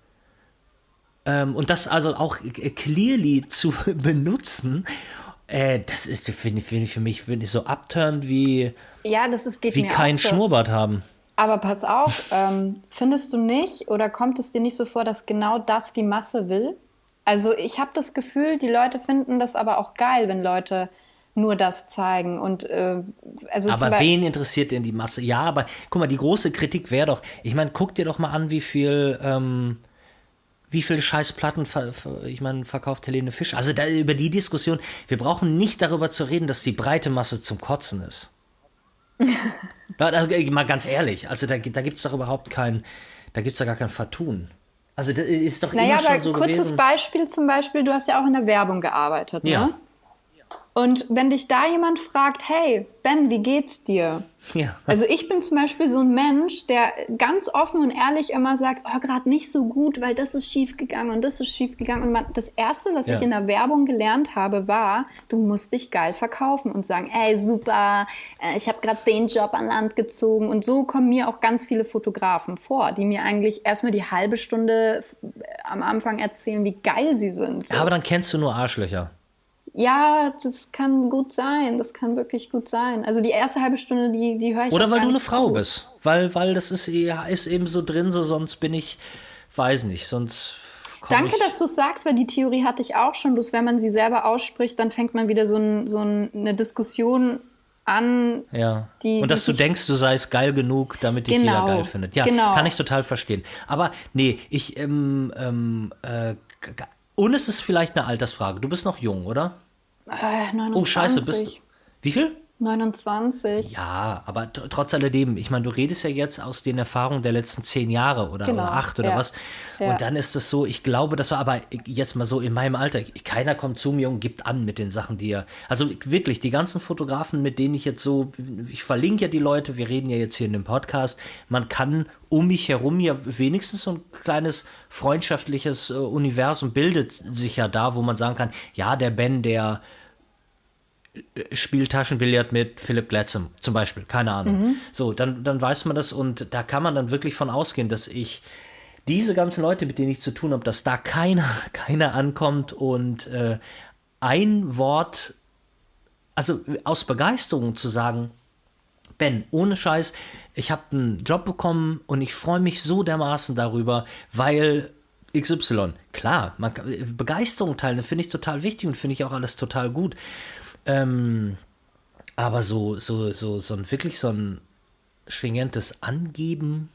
ähm, und das also auch clearly zu benutzen, äh, das ist, finde ich, find ich für mich find ich so abturnt wie Ja, das ist, geht Wie mir kein auch so. Schnurrbart haben. Aber pass auf, ähm, findest du nicht oder kommt es dir nicht so vor, dass genau das die Masse will? Also ich habe das Gefühl, die Leute finden das aber auch geil, wenn Leute nur das zeigen. Und, äh, also aber wen interessiert denn die Masse? Ja, aber guck mal, die große Kritik wäre doch, ich meine, guck dir doch mal an, wie viel... Ähm, wie viele Scheißplatten ver, ver, ich meine, verkauft Helene Fischer. Also da, über die Diskussion, wir brauchen nicht darüber zu reden, dass die breite Masse zum Kotzen ist. Ja, also, mal ganz ehrlich, also da, da gibt es doch überhaupt kein, da gibt es doch gar kein Vertun. Also das ist doch naja, immer schon so kurzes gewesen. Beispiel zum Beispiel, du hast ja auch in der Werbung gearbeitet, ja. ne? Und wenn dich da jemand fragt, hey, Ben, wie geht's dir? Ja. Also ich bin zum Beispiel so ein Mensch, der ganz offen und ehrlich immer sagt, oh, gerade nicht so gut, weil das ist schief gegangen und das ist schief gegangen. Und man, das Erste, was ja. ich in der Werbung gelernt habe, war, du musst dich geil verkaufen und sagen, ey, super, ich habe gerade den Job an Land gezogen. Und so kommen mir auch ganz viele Fotografen vor, die mir eigentlich erstmal die halbe Stunde am Anfang erzählen, wie geil sie sind. So. Ja, aber dann kennst du nur Arschlöcher. Ja, das kann gut sein. Das kann wirklich gut sein. Also die erste halbe Stunde, die, die höre ich Oder auch weil gar du eine nicht Frau zu. bist. Weil, weil das ist, ja, ist eben so drin, so sonst bin ich, weiß nicht, sonst Danke, ich dass du es sagst, weil die Theorie hatte ich auch schon. Bloß wenn man sie selber ausspricht, dann fängt man wieder so, ein, so eine Diskussion an. Ja. Die, und dass die du denkst, du seist geil genug, damit dich genau. jeder geil findet. Ja, genau. kann ich total verstehen. Aber nee, ich, ähm, ähm, äh, und es ist vielleicht eine Altersfrage. Du bist noch jung, oder? Äh, neunundzwanzig. Oh, scheiße, bist du. Wie viel? neunundzwanzig. Ja, aber t- trotz alledem, ich meine, du redest ja jetzt aus den Erfahrungen der letzten zehn Jahre oder, Genau, oder acht oder ja. was. Ja. Und dann ist es so, ich glaube, das war aber jetzt mal so in meinem Alter, keiner kommt zu mir und gibt an mit den Sachen, die er, also wirklich, die ganzen Fotografen, mit denen ich jetzt so, ich verlinke ja die Leute, wir reden ja jetzt hier in dem Podcast, man kann um mich herum ja wenigstens so ein kleines freundschaftliches äh, Universum bildet sich ja da, wo man sagen kann, ja, der Ben, der spielt Taschenbillard mit Philipp Glatzem zum Beispiel, keine Ahnung. Mhm. So, dann, dann weiß man das und da kann man dann wirklich von ausgehen, dass ich diese ganzen Leute, mit denen ich zu tun habe, dass da keiner, keiner ankommt und äh, ein Wort, also aus Begeisterung zu sagen, Ben, ohne Scheiß, ich habe einen Job bekommen und ich freue mich so dermaßen darüber, weil X Y, klar, man kann, Begeisterung teilen, finde ich total wichtig und finde ich auch alles total gut. Ähm, aber so, so, so, so ein wirklich so ein schwingentes Angeben,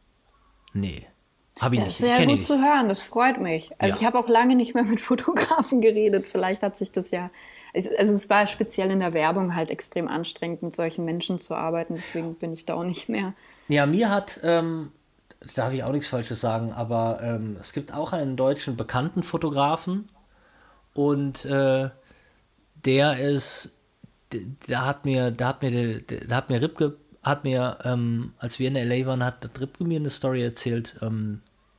nee, habe ich Ja, nicht. das ist sehr Kenn ich gut nicht. zu hören, das freut mich. Also Ja. ich habe auch lange nicht mehr mit Fotografen geredet, vielleicht hat sich das ja, also es war speziell in der Werbung halt extrem anstrengend, mit solchen Menschen zu arbeiten, deswegen bin ich da auch nicht mehr. Ja, mir hat, ähm, darf ich auch nichts Falsches sagen, aber ähm, es gibt auch einen deutschen bekannten Fotografen und äh, der ist, der hat mir, der hat mir, der, der hat mir Ripke, hat mir, ähm, als wir in L A waren, hat Ripke mir eine Story erzählt, ähm,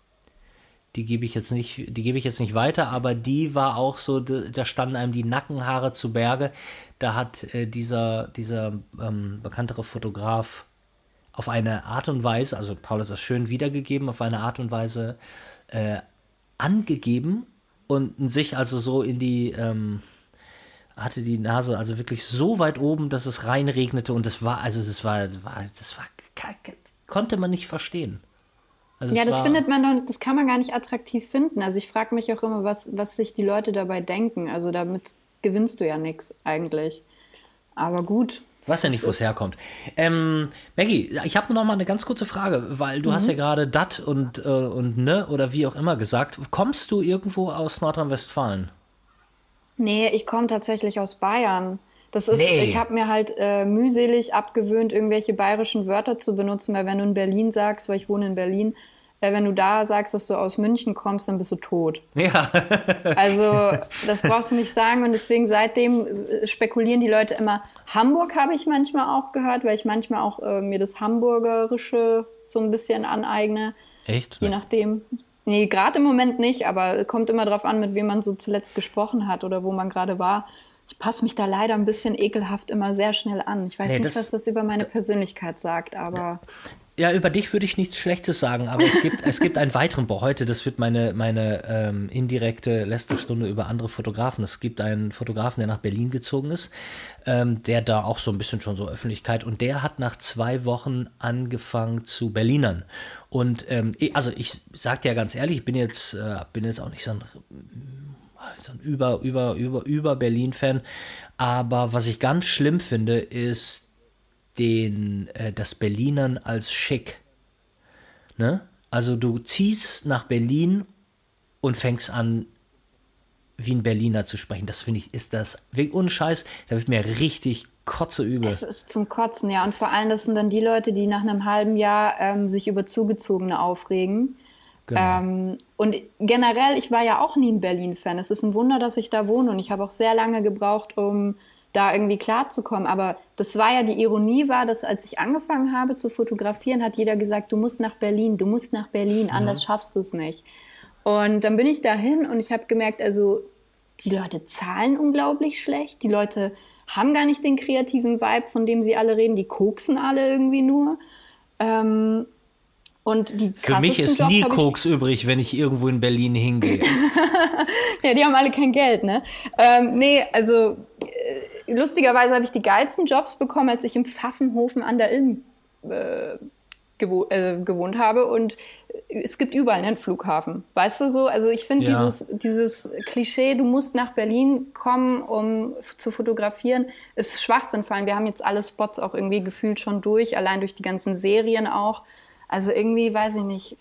die gebe ich jetzt nicht, die gebe ich jetzt nicht weiter, aber die war auch so, da standen einem die Nackenhaare zu Berge, da hat äh, dieser, dieser ähm, bekanntere Fotograf auf eine Art und Weise, also Paul hat das schön wiedergegeben, auf eine Art und Weise äh, angegeben und sich also so in die, ähm, hatte die Nase also wirklich so weit oben, dass es reinregnete und das war, also das war, das war, das war, konnte man nicht verstehen. Also Ja, es das war, findet man doch, das kann man gar nicht attraktiv finden. Also ich frage mich auch immer, was, was sich die Leute dabei denken. Also damit gewinnst du ja nichts eigentlich. Aber gut. Ich weiß ja nicht, wo es herkommt. Ähm, Maggie, ich habe noch mal eine ganz kurze Frage, weil du mhm. hast ja gerade dat und, äh, und ne oder wie auch immer gesagt. Kommst du irgendwo aus Nordrhein-Westfalen? Nee, ich komme tatsächlich aus Bayern. Das ist, Nee. ich habe mir halt äh, mühselig abgewöhnt, irgendwelche bayerischen Wörter zu benutzen, weil wenn du in Berlin sagst, weil ich wohne in Berlin, äh, wenn du da sagst, dass du aus München kommst, dann bist du tot. Ja. Also das brauchst du nicht sagen und deswegen seitdem äh, spekulieren die Leute immer. Hamburg habe ich manchmal auch gehört, weil ich manchmal auch äh, mir das Hamburgerische so ein bisschen aneigne. Echt? Je nachdem. Nee, gerade im Moment nicht, aber kommt immer drauf an, mit wem man so zuletzt gesprochen hat oder wo man gerade war. Ich passe mich da leider ein bisschen ekelhaft immer sehr schnell an. Ich weiß Nee, nicht, das- was das über meine Persönlichkeit sagt, aber Ja, über dich würde ich nichts Schlechtes sagen, aber es gibt, es gibt einen weiteren, boah, heute, das wird meine, meine ähm, indirekte Lästerstunde über andere Fotografen. Es gibt einen Fotografen, der nach Berlin gezogen ist, ähm, der da auch so ein bisschen schon so Öffentlichkeit und der hat nach zwei Wochen angefangen zu Berlinern. Und ähm, ich- also ich sag dir ja ganz ehrlich, ich bin jetzt, äh, bin jetzt auch nicht so ein so ein über, über, über, über Berlin-Fan. Aber was ich ganz schlimm finde, ist den, äh, das Berlinern als schick. Ne? Also du ziehst nach Berlin und fängst an, wie ein Berliner zu sprechen. Das finde ich, ist das, wegen ohne Scheiß, da wird mir richtig kotzeübel. es ist zum Kotzen, ja. Und vor allem, das sind dann die Leute, die nach einem halben Jahr ähm, sich über Zugezogene aufregen. Genau. Ähm, und generell, ich war ja auch nie ein Berlin-Fan. Es ist ein Wunder, dass ich da wohne und ich habe auch sehr lange gebraucht, um da irgendwie klarzukommen. Aber das war ja, die Ironie war, dass als ich angefangen habe zu fotografieren, hat jeder gesagt, du musst nach Berlin, du musst nach Berlin, anders schaffst du es nicht. Und dann bin ich dahin und ich habe gemerkt, also die Leute zahlen unglaublich schlecht, die Leute haben gar nicht den kreativen Vibe, von dem sie alle reden, die koksen alle irgendwie nur. Ähm, Und die Für mich ist Jobs nie hab ich- Koks übrig, wenn ich irgendwo in Berlin hingehe. Ja, die haben alle kein Geld, ne? Ähm, nee, also äh, lustigerweise habe ich die geilsten Jobs bekommen, als ich im Pfaffenhofen an der Ilm äh, gewo äh, gewohnt habe. Und es gibt überall einen Flughafen. Weißt du so? Also ich finde Ja. dieses, dieses Klischee, du musst nach Berlin kommen, um f- zu fotografieren, ist Schwachsinn. Vor allem, wir haben jetzt alle Spots auch irgendwie gefühlt schon durch, allein durch die ganzen Serien auch. Also irgendwie, weiß ich nicht,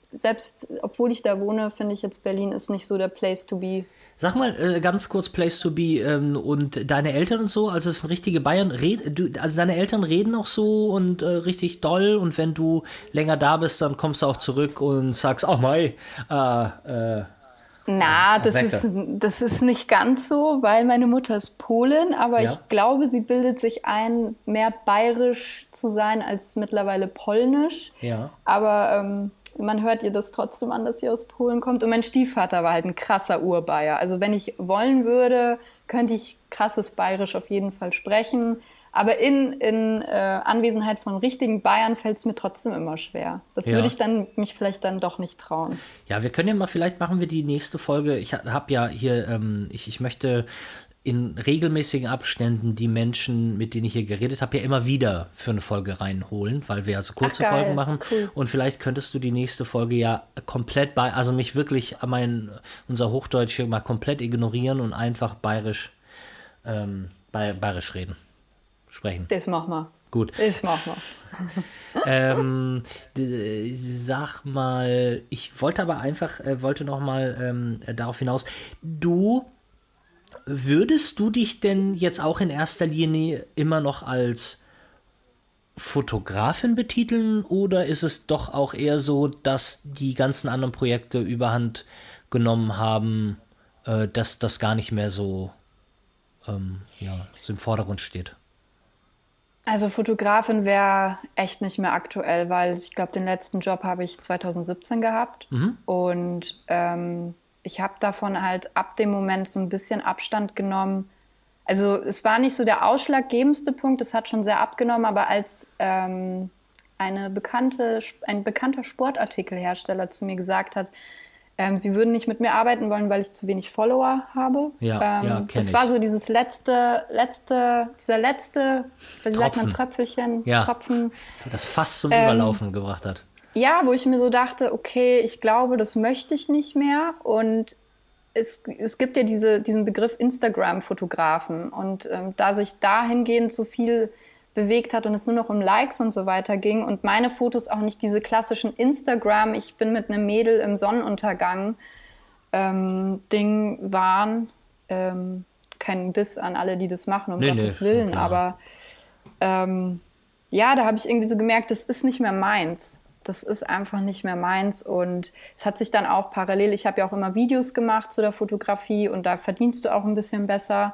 selbst obwohl ich da wohne, finde ich jetzt Berlin ist nicht so der Place to be. Sag mal äh, ganz kurz Place to be ähm, und deine Eltern und so, also es sind richtige Bayern, red, du, also deine Eltern reden auch so und äh, richtig doll und wenn du länger da bist, dann kommst du auch zurück und sagst, oh mei, äh, äh, Na, das ist, das ist nicht ganz so, weil meine Mutter ist Polin, aber ja. ich glaube, sie bildet sich ein, mehr bayerisch zu sein als mittlerweile polnisch. Ja. Aber ähm, man hört ihr das trotzdem an, dass sie aus Polen kommt. Und mein Stiefvater war halt ein krasser Urbayer. Also wenn ich wollen würde, könnte ich krasses Bayerisch auf jeden Fall sprechen. Aber in, in äh, Anwesenheit von richtigen Bayern fällt es mir trotzdem immer schwer. Das ja. würde ich dann mich vielleicht dann doch nicht trauen. Ja, wir können ja mal, vielleicht machen wir die nächste Folge. Ich habe ja hier, ähm, ich, ich möchte in regelmäßigen Abständen die Menschen, mit denen ich hier geredet habe, ja immer wieder für eine Folge reinholen, weil wir also kurze Ach, Folgen machen. Cool. Und vielleicht könntest du die nächste Folge ja komplett bei, also mich wirklich mein, unser Hochdeutsch hier mal komplett ignorieren und einfach bayerisch, ähm, bayerisch reden. Sprechen. Das machen wir. Gut. Das machen wir. ähm, sag mal, ich wollte aber einfach, äh, wollte noch mal ähm, darauf hinaus, du, würdest du dich denn jetzt auch in erster Linie immer noch als Fotografin betiteln oder ist es doch auch eher so, dass die ganzen anderen Projekte überhand genommen haben, äh, dass das gar nicht mehr so, ähm, ja, so im Vordergrund steht? Also Fotografin wäre echt nicht mehr aktuell, weil ich glaube, den letzten Job habe ich zwanzig siebzehn gehabt mhm. und ähm, ich habe davon halt ab dem Moment so ein bisschen Abstand genommen. Also es war nicht so der ausschlaggebendste Punkt, es hat schon sehr abgenommen, aber als ähm, eine bekannte, ein bekannter Sportartikelhersteller zu mir gesagt hat, Ähm, sie würden nicht mit mir arbeiten wollen, weil ich zu wenig Follower habe. Ja, ähm, ja, das ich. war so dieses letzte, letzte, dieser letzte, wie sagt man, Tröpfelchen, ja, Tropfen. Das fast zum ähm, Überlaufen gebracht hat. Ja, wo ich mir so dachte, okay, ich glaube, das möchte ich nicht mehr. Und es, es gibt ja diese, diesen Begriff Instagram-Fotografen. Und ähm, da sich dahingehend so viel bewegt hat und es nur noch um Likes und so weiter ging und meine Fotos auch nicht diese klassischen Instagram, ich bin mit einem Mädel im Sonnenuntergang ähm, Ding waren. Ähm, kein Diss an alle, die das machen, um nee, Gottes nee, Willen, aber ähm, ja, da habe ich irgendwie so gemerkt, das ist nicht mehr meins. Das ist einfach nicht mehr meins und es hat sich dann auch parallel, ich habe ja auch immer Videos gemacht zu der Fotografie und da verdienst du auch ein bisschen besser.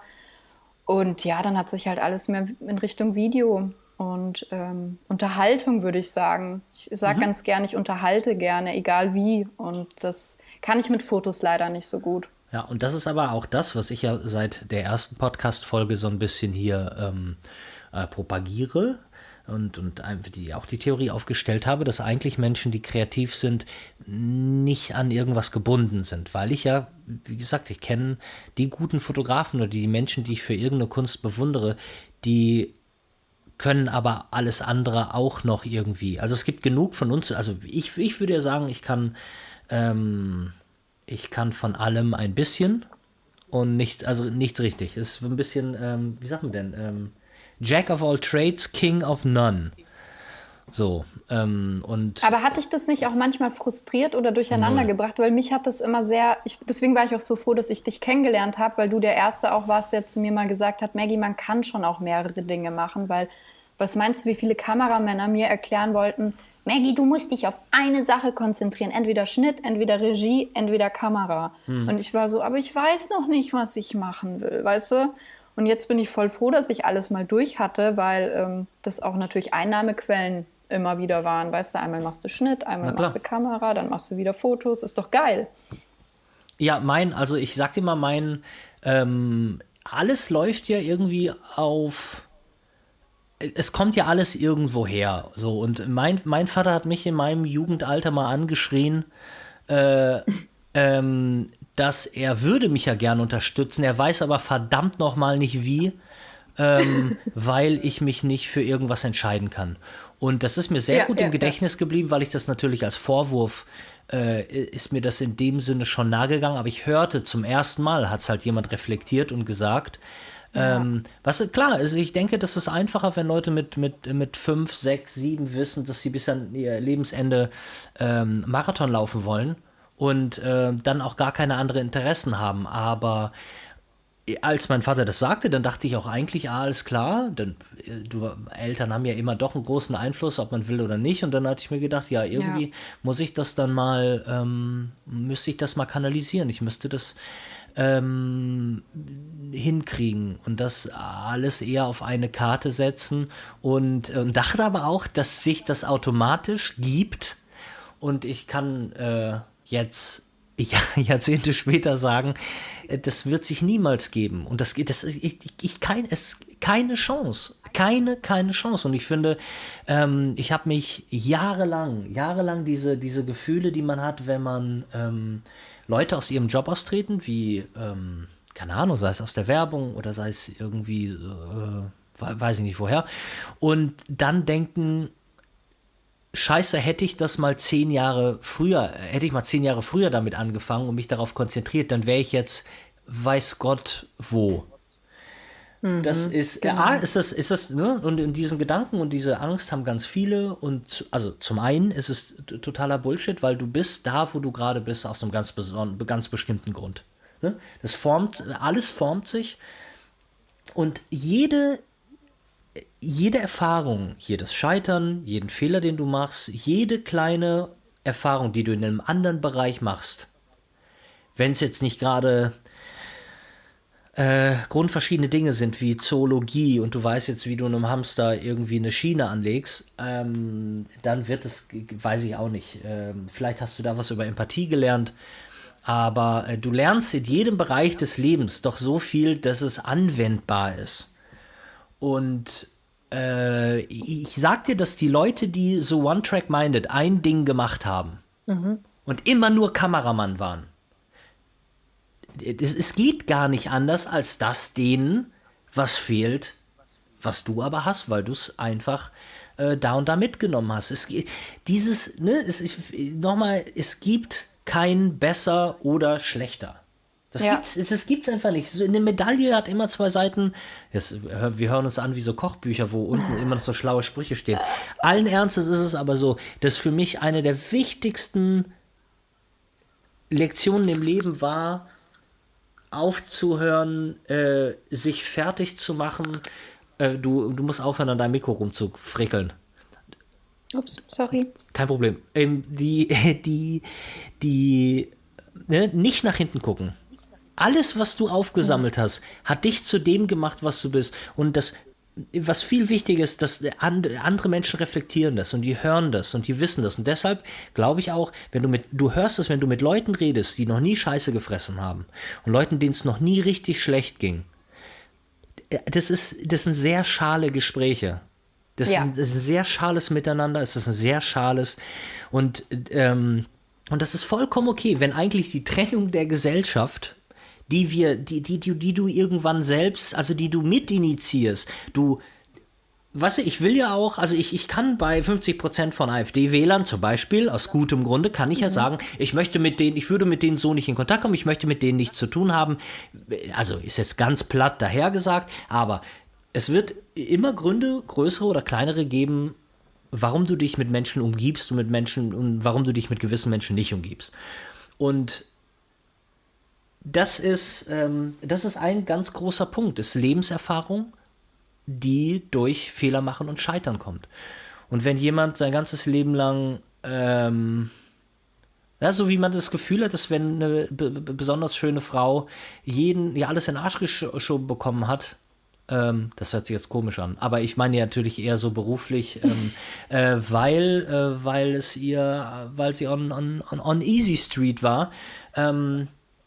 Und ja, dann hat sich halt alles mehr in Richtung Video und ähm, Unterhaltung, würde ich sagen. Ich sage mhm. ganz gerne, ich unterhalte gerne, egal wie. Und das kann ich mit Fotos leider nicht so gut. Ja, und das ist aber auch das, was ich ja seit der ersten Podcast-Folge so ein bisschen hier ähm, äh, propagiere und, und die, auch die Theorie aufgestellt habe, dass eigentlich Menschen, die kreativ sind, nicht an irgendwas gebunden sind. Weil ich ja, wie gesagt, ich kenne die guten Fotografen oder die Menschen, die ich für irgendeine Kunst bewundere, die können aber alles andere auch noch irgendwie. Also es gibt genug von uns, also ich, ich würde ja sagen, ich kann, ähm, ich kann von allem ein bisschen und nichts, also nichts richtig. Es ist ein bisschen, ähm, wie sagt man denn, ähm, Jack of all trades, King of none. So, ähm, und... Aber hat dich das nicht auch manchmal frustriert oder durcheinander Null. gebracht? Weil mich hat das immer sehr... Ich, deswegen war ich auch so froh, dass ich dich kennengelernt habe, weil du der Erste auch warst, der zu mir mal gesagt hat, Maggie, man kann schon auch mehrere Dinge machen, weil was meinst du, wie viele Kameramänner mir erklären wollten, Maggie, du musst dich auf eine Sache konzentrieren, entweder Schnitt, entweder Regie, entweder Kamera. Hm. Und ich war so, aber ich weiß noch nicht, was ich machen will, weißt du? Und jetzt bin ich voll froh, dass ich alles mal durch hatte, weil ähm, das auch natürlich Einnahmequellen immer wieder waren. Weißt du, einmal machst du Schnitt, einmal machst du Kamera, dann machst du wieder Fotos. Ist doch geil. Ja, mein, also ich sag dir mal, mein, ähm, alles läuft ja irgendwie auf, es kommt ja alles irgendwo her. So, und mein, mein Vater hat mich in meinem Jugendalter mal angeschrien, äh, ähm, dass er würde mich ja gerne unterstützen, er weiß aber verdammt nochmal nicht wie, ähm, weil ich mich nicht für irgendwas entscheiden kann. Und das ist mir sehr ja, gut ja, im Gedächtnis ja. geblieben, weil ich das natürlich als Vorwurf, äh, ist mir das in dem Sinne schon nahe gegangen, aber ich hörte zum ersten Mal, hat es halt jemand reflektiert und gesagt, Ja. Ähm, was klar, also ich denke, das ist einfacher, wenn Leute mit, mit, mit fünf, sechs, sieben wissen, dass sie bis an ihr Lebensende ähm, Marathon laufen wollen und äh, dann auch gar keine anderen Interessen haben. Aber als mein Vater das sagte, dann dachte ich auch eigentlich, ah, alles klar, denn äh, du, Eltern haben ja immer doch einen großen Einfluss, ob man will oder nicht. Und dann hatte ich mir gedacht, ja, irgendwie Ja. muss ich das dann mal, ähm, müsste ich das mal kanalisieren. Ich müsste das ähm, hinkriegen und das alles eher auf eine Karte setzen und, und dachte aber auch, dass sich das automatisch gibt und ich kann äh, jetzt ja, Jahrzehnte später sagen, äh, das wird sich niemals geben und das geht, das ist ich, ich kein, es keine Chance, keine keine Chance und ich finde, ähm, ich habe mich jahrelang, jahrelang diese diese Gefühle, die man hat, wenn man ähm, Leute aus ihrem Job austreten, wie, ähm, keine Ahnung, sei es aus der Werbung oder sei es irgendwie, äh, weiß ich nicht woher, und dann denken, Scheiße, hätte ich das mal zehn Jahre früher, hätte ich mal zehn Jahre früher damit angefangen und mich darauf konzentriert, dann wäre ich jetzt, weiß Gott, wo. Das ist, Genau. ja, ist das, ist das, ne? Und in diesen Gedanken und diese Angst haben ganz viele. Und zu, also zum einen ist es t- totaler Bullshit, weil du bist da, wo du gerade bist, aus einem ganz, beson- ganz bestimmten Grund. Ne? Das formt, alles formt sich. Und jede, jede Erfahrung, jedes Scheitern, jeden Fehler, den du machst, jede kleine Erfahrung, die du in einem anderen Bereich machst, wenn es jetzt nicht gerade äh, grundverschiedene Dinge sind wie Zoologie und du weißt jetzt, wie du einem Hamster irgendwie eine Schiene anlegst, ähm, dann wird es, weiß ich auch nicht, ähm, vielleicht hast du da was über Empathie gelernt, aber äh, du lernst in jedem Bereich des Lebens doch so viel, dass es anwendbar ist. Und äh, ich sag dir, dass die Leute, die so One-Track-Minded ein Ding gemacht haben und immer nur Kameramann waren, es, es geht gar nicht anders, als dass denen was fehlt, was du aber hast, weil du es einfach äh, da und da mitgenommen hast. Es, ge- dieses, ne, es, ich, nochmal, es gibt kein besser oder schlechter. Das Ja. gibt's, das gibt's einfach nicht. So eine Medaille hat immer zwei Seiten. Jetzt, hör- wir hören uns an wie so Kochbücher, wo unten immer noch so schlaue Sprüche stehen. Allen Ernstes ist es aber so, dass für mich eine der wichtigsten Lektionen im Leben war, aufzuhören, äh, sich fertig zu machen. Äh, du, du musst aufhören, an deinem Mikro rumzufrickeln. Ups, sorry. Kein Problem. Ähm, die, die, die, ne, nicht nach hinten gucken. Alles, was du aufgesammelt hast, hat dich zu dem gemacht, was du bist. Und das, was viel wichtiger ist, dass and- andere Menschen reflektieren das und die hören das und die wissen das. Und deshalb glaube ich auch, wenn du mit, du hörst es, wenn du mit Leuten redest, die noch nie Scheiße gefressen haben und Leuten, denen es noch nie richtig schlecht ging. Das ist, das sind sehr schale Gespräche. Das, Ja. ist, das ist ein sehr schales Miteinander, es ist ein sehr schales und, ähm, und das ist vollkommen okay, wenn eigentlich die Trennung der Gesellschaft, die wir, die, die, die, die du irgendwann selbst, also die du mitinitiierst, du, weißt du, ich will ja auch, also ich, ich kann bei fünfzig Prozent von AfD-Wählern zum Beispiel, aus gutem Grunde, kann ich ja sagen, ich möchte mit denen, ich würde mit denen so nicht in Kontakt kommen, ich möchte mit denen nichts zu tun haben. Also ist jetzt ganz platt dahergesagt, aber es wird immer Gründe, größere oder kleinere geben, warum du dich mit Menschen umgibst und mit Menschen und warum du dich mit gewissen Menschen nicht umgibst. Und das ist, ähm, das ist ein ganz großer Punkt, ist Lebenserfahrung, die durch Fehler machen und Scheitern kommt. Und wenn jemand sein ganzes Leben lang, ähm, ja, so wie man das Gefühl hat, dass wenn eine b- b- besonders schöne Frau jeden, ja, alles in den Arsch geschoben bekommen hat, ähm, das hört sich jetzt komisch an, aber ich meine ja natürlich eher so beruflich, ähm, äh, weil, äh, weil es ihr, weil sie on, on, on, on Easy Street war, ähm,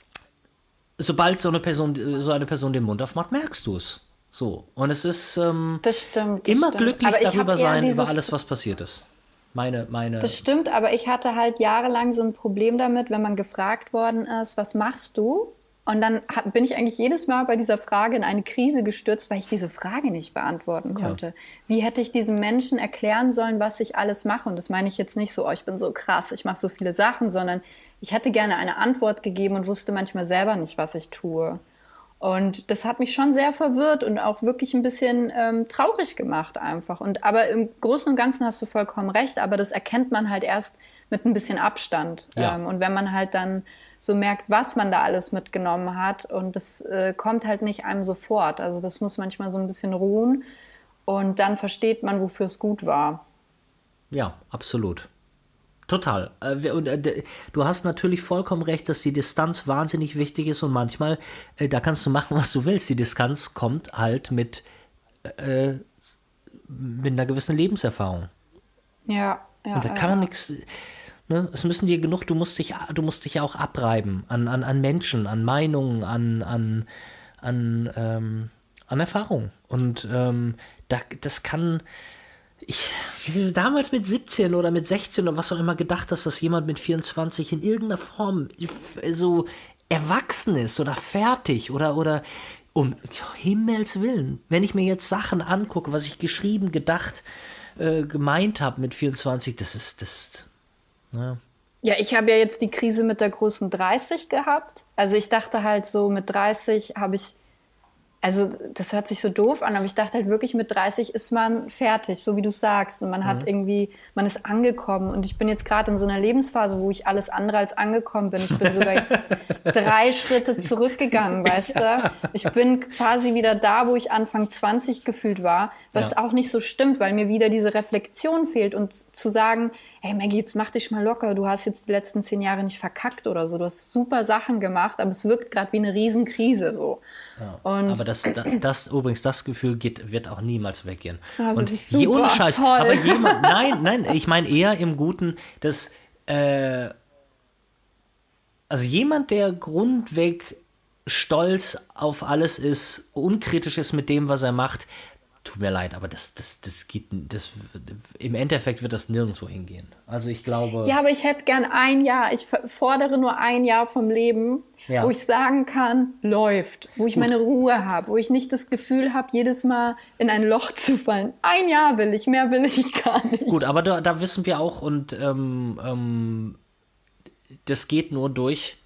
sobald so eine Person, so eine Person den Mund aufmacht, merkst du es. So. Und es ist ähm, Das stimmt. Das immer stimmt. glücklich Aber ich darüber hab eher sein, über dieses- alles, was passiert ist. Meine, meine. Das stimmt, aber ich hatte halt jahrelang so ein Problem damit, wenn man gefragt worden ist, was machst du? Und dann hab, bin ich eigentlich jedes Mal bei dieser Frage in eine Krise gestürzt, weil ich diese Frage nicht beantworten konnte. Wie hätte ich diesem Menschen erklären sollen, was ich alles mache? Und das meine ich jetzt nicht so, oh, ich bin so krass, ich mache so viele Sachen, sondern ich hätte gerne eine Antwort gegeben und wusste manchmal selber nicht, was ich tue. Und das hat mich schon sehr verwirrt und auch wirklich ein bisschen ähm, traurig gemacht einfach. Und aber im Großen und Ganzen hast du vollkommen recht, aber das erkennt man halt erst mit ein bisschen Abstand. Ja. Ähm, und wenn man halt dann so merkt, was man da alles mitgenommen hat, und das äh, kommt halt nicht einem sofort. Also das muss manchmal so ein bisschen ruhen und dann versteht man, wofür es gut war. Ja, absolut. Total. Äh, wir- und, äh, Du hast natürlich vollkommen recht, dass die Distanz wahnsinnig wichtig ist und manchmal, äh, da kannst du machen, was du willst. Die Distanz kommt halt mit, äh, mit einer gewissen Lebenserfahrung. Ja, ja, Und da ja, kann man ja. nichts, ne? Es müssen dir genug, du musst dich, du musst dich ja auch abreiben an, an, an Menschen, an Meinungen, an, an, an, ähm, an Erfahrung. Und ähm, da, das kann, ich hätte damals mit siebzehn oder mit sechzehn oder was auch immer gedacht, dass das jemand mit vierundzwanzig in irgendeiner Form so erwachsen ist oder fertig oder, oder um Himmels Willen. Wenn ich mir jetzt Sachen angucke, was ich geschrieben, gedacht, äh, gemeint habe mit vierundzwanzig, das ist, das, ja. Ja, ich habe ja jetzt die Krise mit der großen dreißig gehabt. Also ich dachte halt so, mit dreißig habe ich, also das hört sich so doof an, aber ich dachte halt wirklich, mit dreißig ist man fertig, so wie du sagst. Und man hat irgendwie, man ist angekommen. Und ich bin jetzt gerade in so einer Lebensphase, wo ich alles andere als angekommen bin. Ich bin sogar jetzt drei Schritte zurückgegangen, weißt du? Ich bin quasi wieder da, wo ich Anfang zwanzig gefühlt war, was Ja. auch nicht so stimmt, weil mir wieder diese Reflexion fehlt und zu sagen, hey Maggie, jetzt mach dich mal locker, du hast jetzt die letzten zehn Jahre nicht verkackt oder so, du hast super Sachen gemacht, aber es wirkt gerade wie eine Riesenkrise so. Ja, Und aber das, das, das übrigens, das Gefühl geht, wird auch niemals weggehen. Also und das ist je super, ohne Scheiß, toll. aber jemand, nein, nein, ich meine eher im Guten, dass, äh, also jemand, der grundweg stolz auf alles ist, unkritisch ist mit dem, was er macht, tut mir leid, aber das, das, das geht, das, im Endeffekt wird das nirgendwo hingehen. Also ich glaube, ja, aber ich hätte gern ein Jahr, ich fordere nur ein Jahr vom Leben, Ja. wo ich sagen kann, läuft, wo ich meine Ruhe habe, wo ich nicht das Gefühl habe, jedes Mal in ein Loch zu fallen. Ein Jahr will ich, mehr will ich gar nicht. gut, aber da, da wissen wir auch und ähm, ähm, das geht nur durch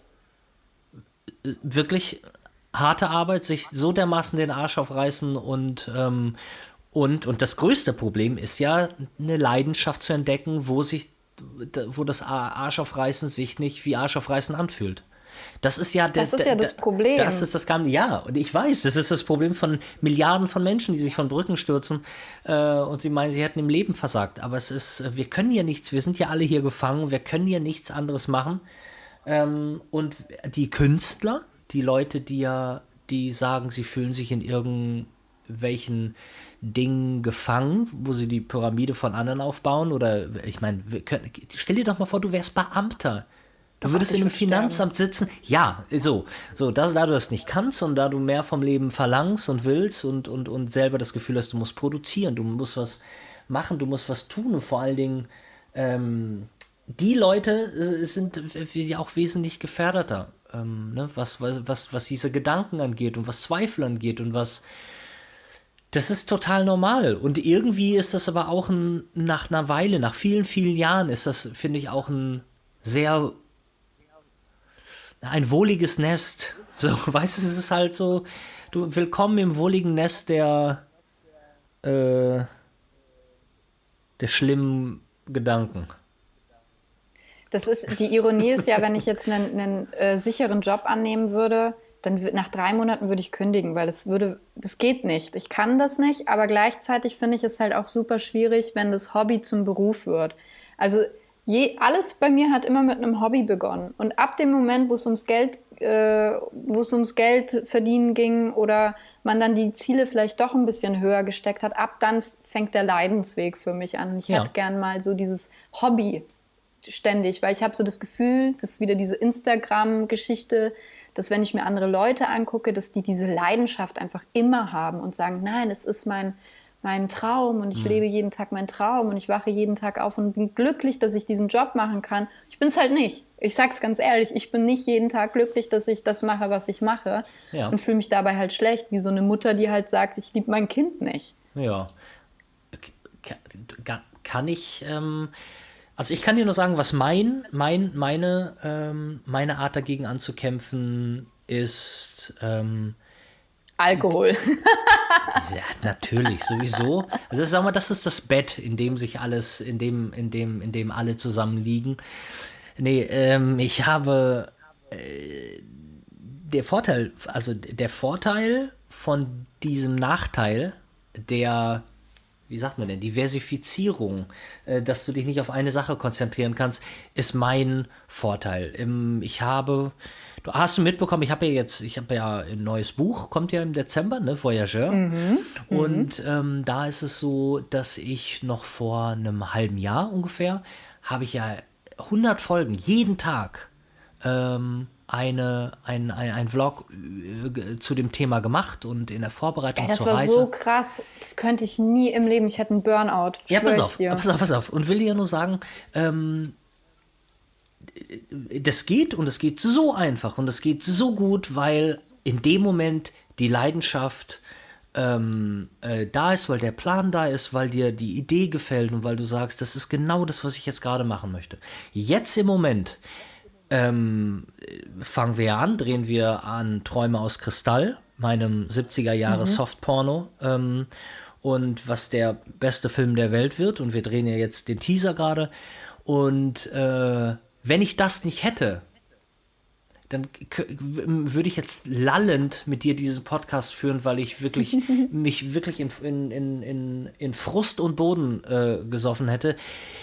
äh, wirklich harte Arbeit, sich so dermaßen den Arsch aufreißen und, ähm, und, und das größte Problem ist ja, eine Leidenschaft zu entdecken, wo sich, wo das Arsch aufreißen sich nicht wie Arsch aufreißen anfühlt. Das ist ja der, Das ist ja das der- Problem. Das ist das Gan- ja, und ich weiß, das ist das Problem von Milliarden von Menschen, die sich von Brücken stürzen äh, und sie meinen, sie hätten im Leben versagt. Aber es ist, wir können ja nichts, wir sind ja alle hier gefangen, wir können ja nichts anderes machen. Ähm, und die Künstler, die Leute, die ja, die sagen, sie fühlen sich in irgendwelchen Dingen gefangen, wo sie die Pyramide von anderen aufbauen, oder ich meine, wir können- stell dir doch mal vor, du wärst Beamter. Du Oh würdest Gott, in ich einem würd Finanzamt sitzen. Ja, so. So, da, da du das nicht kannst und da du mehr vom Leben verlangst und willst und, und, und selber das Gefühl hast, du musst produzieren, du musst was machen, du musst was tun und vor allen Dingen ähm, die Leute äh, sind äh, auch wesentlich gefährdeter, ähm, ne? was, was, was, was diese Gedanken angeht und was Zweifel angeht und was. Das ist total normal. Und irgendwie ist das aber auch ein, nach einer Weile, nach vielen, vielen Jahren, ist das, finde ich, auch ein sehr, ein wohliges Nest. So, weißt du, es ist halt so, du willkommen im wohligen Nest der, äh, der schlimmen Gedanken. Das ist, die Ironie ist ja, wenn ich jetzt einen, einen äh, sicheren Job annehmen würde, dann w- nach drei Monaten würde ich kündigen, weil das würde, das geht nicht. Ich kann das nicht, aber gleichzeitig finde ich es halt auch super schwierig, wenn das Hobby zum Beruf wird. Also je, alles bei mir hat immer mit einem Hobby begonnen. Und ab dem Moment, wo es ums Geld, äh, wo es ums Geld verdienen ging oder man dann die Ziele vielleicht doch ein bisschen höher gesteckt hat, ab dann fängt der Leidensweg für mich an. Und ich Ja. hätte gern mal so dieses Hobby ständig, weil ich habe so das Gefühl, das ist wieder diese Instagram-Geschichte, dass wenn ich mir andere Leute angucke, dass die diese Leidenschaft einfach immer haben und sagen, nein, es ist mein, mein Traum und ich lebe jeden Tag meinen Traum und ich wache jeden Tag auf und bin glücklich, dass ich diesen Job machen kann. Ich bin es halt nicht. Ich sag's ganz ehrlich, ich bin nicht jeden Tag glücklich, dass ich das mache, was ich mache Ja. und fühle mich dabei halt schlecht, wie so eine Mutter, die halt sagt, ich liebe mein Kind nicht. Ja. K- ka- Kann ich, ähm, also ich kann dir nur sagen, was mein, mein, meine, ähm, meine Art dagegen anzukämpfen ist, ähm, Alkohol. Ja, natürlich, sowieso. Also sag mal, das ist das Bett, in dem sich alles, in dem, in dem, in dem alle zusammen liegen. Nee, ähm, ich habe äh, der Vorteil, also der Vorteil von diesem Nachteil der, wie sagt man denn, Diversifizierung, äh, dass du dich nicht auf eine Sache konzentrieren kannst, ist mein Vorteil. Ähm, ich habe, du hast du mitbekommen, ich habe ja jetzt, ich habe ja ein neues Buch, kommt ja im Dezember, ne, Voyageur. Mhm, und ähm, da ist es so, dass ich noch vor einem halben Jahr ungefähr, habe ich ja hundert Folgen, jeden Tag, ähm, eine, ein, ein, ein Vlog äh, zu dem Thema gemacht und in der Vorbereitung Ey, das zur war Reise. so krass, das könnte ich nie im Leben, ich hätte einen Burnout. Ja, pass schwör auf, ich dir. pass auf, pass auf. Und will dir ja nur sagen, ähm, das geht und es geht so einfach und es geht so gut, weil in dem Moment die Leidenschaft ähm, äh, da ist, weil der Plan da ist, weil dir die Idee gefällt und weil du sagst, das ist genau das, was ich jetzt gerade machen möchte. Jetzt im Moment ähm, fangen wir an, drehen wir an Träume aus Kristall, meinem siebziger Jahre mhm. Softporno, ähm, und was der beste Film der Welt wird, und wir drehen ja jetzt den Teaser gerade, und äh, wenn ich das nicht hätte, dann k- würde ich jetzt lallend mit dir diesen Podcast führen, weil ich wirklich mich wirklich in, in, in, in, in Frust und Boden äh, gesoffen hätte.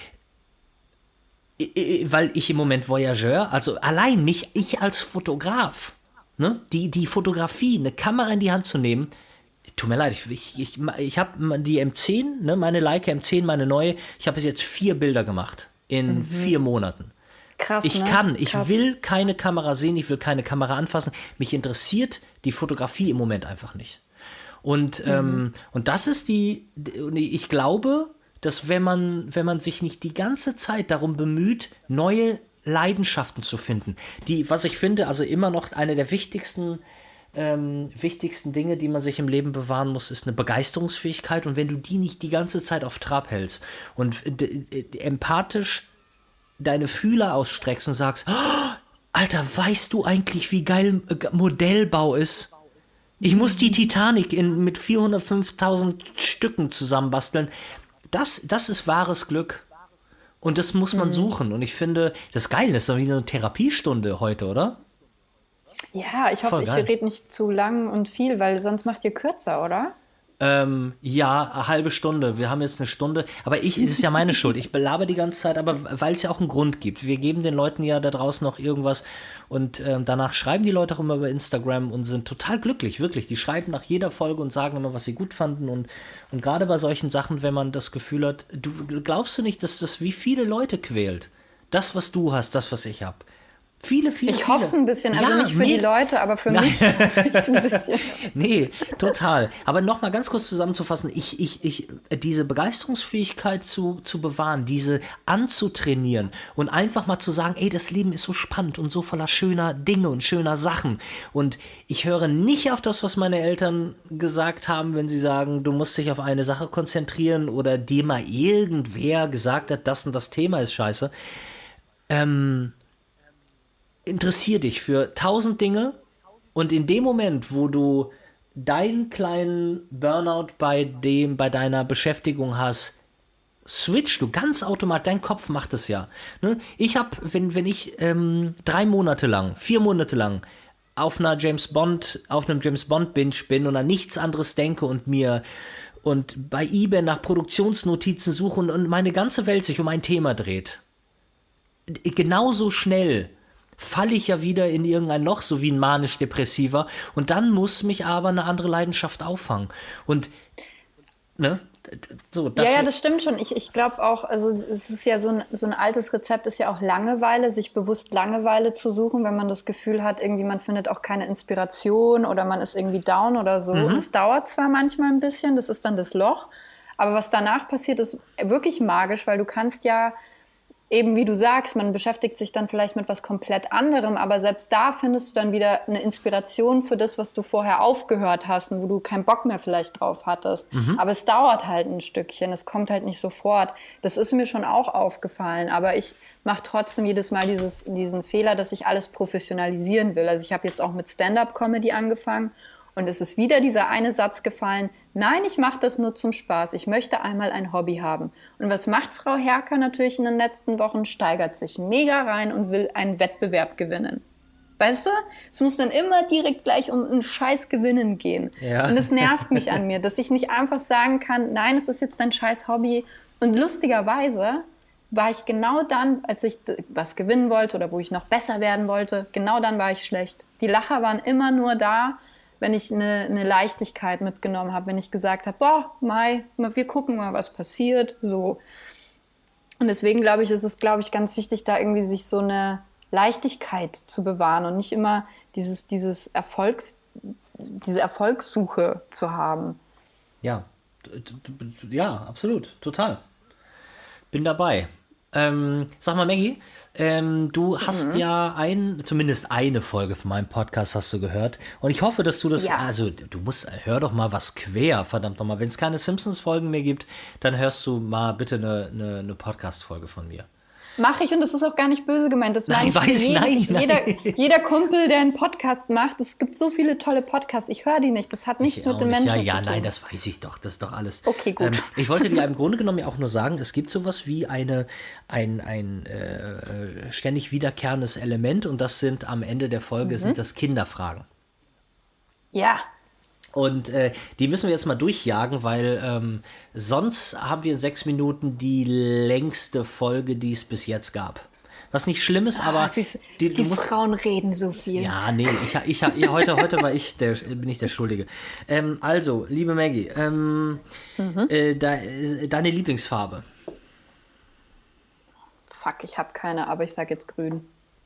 Weil ich im Moment Voyageur, also allein mich, ich als Fotograf, ne, die, die Fotografie, eine Kamera in die Hand zu nehmen, tut mir leid, ich, ich, ich, ich habe die M zehn, ne, meine Leica M zehn, meine neue, ich habe bis jetzt vier Bilder gemacht in mhm. vier Monaten. Krass, ich ne? kann, ich Krass. will keine Kamera sehen, ich will keine Kamera anfassen, mich interessiert die Fotografie im Moment einfach nicht. Und, mhm. ähm, und das ist die, ich glaube, dass wenn man, wenn man sich nicht die ganze Zeit darum bemüht, neue Leidenschaften zu finden, die, was ich finde, also immer noch eine der wichtigsten, ähm, wichtigsten Dinge, die man sich im Leben bewahren muss, ist eine Begeisterungsfähigkeit, und wenn du die nicht die ganze Zeit auf Trab hältst und d- d- empathisch deine Fühler ausstreckst und sagst, oh, Alter, weißt du eigentlich, wie geil Modellbau ist? Ich muss die Titanic in, mit vierhundertfünftausend Stücken zusammenbasteln. Das, das ist wahres Glück. Und das muss man mhm. suchen. Und ich finde, das Geile ist doch wie eine Therapiestunde heute, oder? Ja, ich hoffe, ich rede nicht zu lang und viel, weil sonst macht ihr kürzer, oder? Ähm, ja, eine halbe Stunde. Wir haben jetzt eine Stunde. Aber ich, es ist ja meine Schuld. Ich belaber die ganze Zeit, aber weil es ja auch einen Grund gibt. Wir geben den Leuten ja da draußen noch irgendwas, und ähm, danach schreiben die Leute auch immer über Instagram und sind total glücklich, wirklich. Die schreiben nach jeder Folge und sagen immer, was sie gut fanden, und, und gerade bei solchen Sachen, wenn man das Gefühl hat, du glaubst du nicht, dass das wie viele Leute quält? Das, was du hast, das, was ich habe. Viele, viele, Ich viele. hoffe es ein bisschen, also Ja, nicht für nee. die Leute, aber für mich hoffe ich es ein bisschen. Nee, total. Aber nochmal ganz kurz zusammenzufassen, ich, ich, ich, diese Begeisterungsfähigkeit zu, zu bewahren, diese anzutrainieren und einfach mal zu sagen, ey, das Leben ist so spannend und so voller schöner Dinge und schöner Sachen. Und ich höre nicht auf das, was meine Eltern gesagt haben, wenn sie sagen, du musst dich auf eine Sache konzentrieren, oder dir mal irgendwer gesagt hat, das und das Thema ist scheiße. Ähm, Interessier dich für tausend Dinge, und in dem Moment, wo du deinen kleinen Burnout bei dem, bei deiner Beschäftigung hast, switch du ganz automatisch, dein Kopf macht es ja. Ne? Ich habe, wenn, wenn ich ähm, drei Monate lang, vier Monate lang auf einer James Bond, auf einem James Bond Binge bin und an nichts anderes denke und mir und bei eBay nach Produktionsnotizen suche und, und meine ganze Welt sich um ein Thema dreht, genauso schnell falle ich ja wieder in irgendein Loch, so wie ein manisch-depressiver, und dann muss mich aber eine andere Leidenschaft auffangen. Und, ne, so, das... Ja, ja, das stimmt schon. Ich, ich glaube auch, also es ist ja so ein, so ein altes Rezept, ist ja auch Langeweile, sich bewusst Langeweile zu suchen, wenn man das Gefühl hat, irgendwie man findet auch keine Inspiration oder man ist irgendwie down oder so. Mhm. Und es dauert zwar manchmal ein bisschen, das ist dann das Loch, aber was danach passiert, ist wirklich magisch, weil du kannst ja eben, wie du sagst, man beschäftigt sich dann vielleicht mit was komplett anderem, aber selbst da findest du dann wieder eine Inspiration für das, was du vorher aufgehört hast und wo du keinen Bock mehr vielleicht drauf hattest. Mhm. Aber es dauert halt ein Stückchen, es kommt halt nicht sofort. Das ist mir schon auch aufgefallen, aber ich mache trotzdem jedes Mal dieses, diesen Fehler, dass ich alles professionalisieren will. Also ich habe jetzt auch mit Stand-up-Comedy angefangen, Und es ist wieder dieser eine Satz gefallen, nein, ich mache das nur zum Spaß, ich möchte einmal ein Hobby haben. Und was macht Frau Herker natürlich in den letzten Wochen? Steigert sich mega rein und will einen Wettbewerb gewinnen. Weißt du? Es muss dann immer direkt gleich um ein scheiß Gewinnen gehen. Ja. Und das nervt mich an mir, dass ich nicht einfach sagen kann, nein, es ist jetzt ein scheiß Hobby. Und lustigerweise war ich genau dann, als ich was gewinnen wollte oder wo ich noch besser werden wollte, genau dann war ich schlecht. Die Lacher waren immer nur da, wenn ich eine, eine Leichtigkeit mitgenommen habe, wenn ich gesagt habe, boah, Mai, wir gucken mal, was passiert, so. Und deswegen glaube ich, ist es, glaube ich, ganz wichtig, da irgendwie sich so eine Leichtigkeit zu bewahren und nicht immer dieses, dieses Erfolgs, diese Erfolgssuche zu haben. Ja, ja, absolut, total. Bin dabei. Ähm, sag mal, Maggie, ähm, du hast mhm. ja ein, zumindest eine Folge von meinem Podcast hast du gehört. Und ich hoffe, dass du das, ja. also du musst, hör doch mal was quer, verdammt nochmal. Wenn es keine Simpsons-Folgen mehr gibt, dann hörst du mal bitte eine, eine, eine Podcast-Folge von mir. Mache ich und das ist auch gar nicht böse gemeint. Das nein, weiß ich, nein, jeder, nein. Jeder Kumpel, der einen Podcast macht, es gibt so viele tolle Podcasts, ich höre die nicht. Das hat nichts ich mit den Menschen ja, zu ja, tun. Ja, nein, das weiß ich doch, das ist doch alles. Okay, gut. Ähm, ich wollte dir im Grunde genommen ja auch nur sagen, es gibt sowas wie eine, ein, ein äh, ständig wiederkehrendes Element und das sind am Ende der Folge mhm. sind das Kinderfragen. Ja. Und äh, die müssen wir jetzt mal durchjagen, weil ähm, sonst haben wir in sechs Minuten die längste Folge, die es bis jetzt gab. Was nicht schlimm ist, aber ah, ist, die, die musst, Frauen reden so viel. Ja, nee, ich, ich, ich, heute, heute war ich der, bin ich der Schuldige. Ähm, also, liebe Maggie, ähm, mhm. äh, de, deine Lieblingsfarbe? Fuck, ich habe keine, aber ich sag jetzt grün.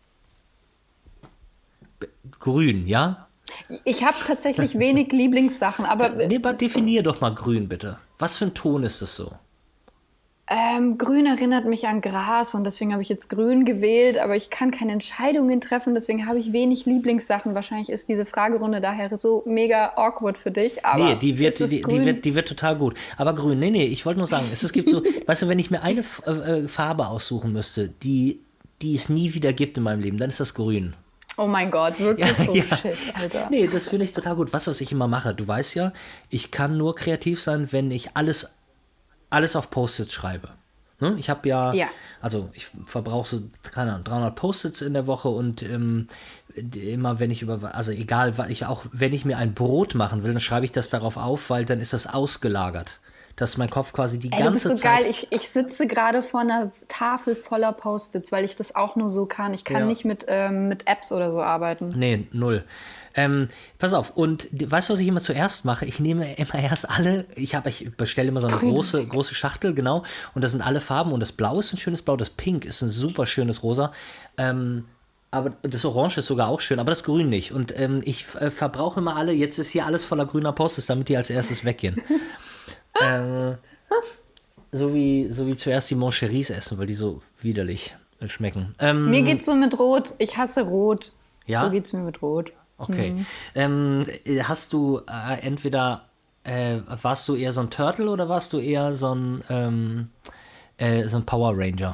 Grün, ja? Ich habe tatsächlich wenig Lieblingssachen, aber... Nee, aber definier doch mal grün, bitte. Was für ein Ton ist das so? Ähm, grün erinnert mich an Gras und deswegen habe ich jetzt grün gewählt, aber ich kann keine Entscheidungen treffen, deswegen habe ich wenig Lieblingssachen. Wahrscheinlich ist diese Fragerunde daher so mega awkward für dich, aber nee, die wird, die, die, wird, die wird total gut. Aber grün, nee, nee, ich wollte nur sagen, es, es gibt so, weißt du, wenn ich mir eine äh, Farbe aussuchen müsste, die, die es nie wieder gibt in meinem Leben, dann ist das grün. Oh mein Gott, wirklich ja, so ja. shit, Alter. Nee, das finde ich total gut. Was, was ich immer mache, du weißt ja, ich kann nur kreativ sein, wenn ich alles, alles auf Post-its schreibe. Hm? Ich habe ja, ja, also ich verbrauche so keine Ahnung, dreihundert Post-its in der Woche und ähm, immer wenn ich über, also egal, weil ich auch, wenn ich mir ein Brot machen will, dann schreibe ich das darauf auf, weil dann ist das ausgelagert. Dass mein Kopf quasi die Ey, ganze du bist so Zeit... geil, ich, ich sitze gerade vor einer Tafel voller Post-its, weil ich das auch nur so kann. Ich kann ja. nicht mit, ähm, mit Apps oder so arbeiten. Nee, null. Ähm, pass auf, und weißt du, was ich immer zuerst mache? Ich nehme immer erst alle, ich habe, ich bestelle immer so eine große, große Schachtel, genau, und da sind alle Farben und das Blau ist ein schönes Blau, das Pink ist ein super schönes Rosa, ähm, aber das Orange ist sogar auch schön, aber das Grün nicht. Und ähm, ich äh, verbrauche immer alle, jetzt ist hier alles voller grüner Post-its, damit die als erstes weggehen. äh, so, wie, so wie zuerst die Moncheries essen, weil die so widerlich schmecken. Ähm, mir geht's so mit Rot, ich hasse Rot. Ja? So geht's mir mit Rot. Okay. Mhm. Ähm, hast du äh, entweder, äh, warst du eher so ein Turtle oder warst du eher so ein, ähm, äh, so ein Power Ranger?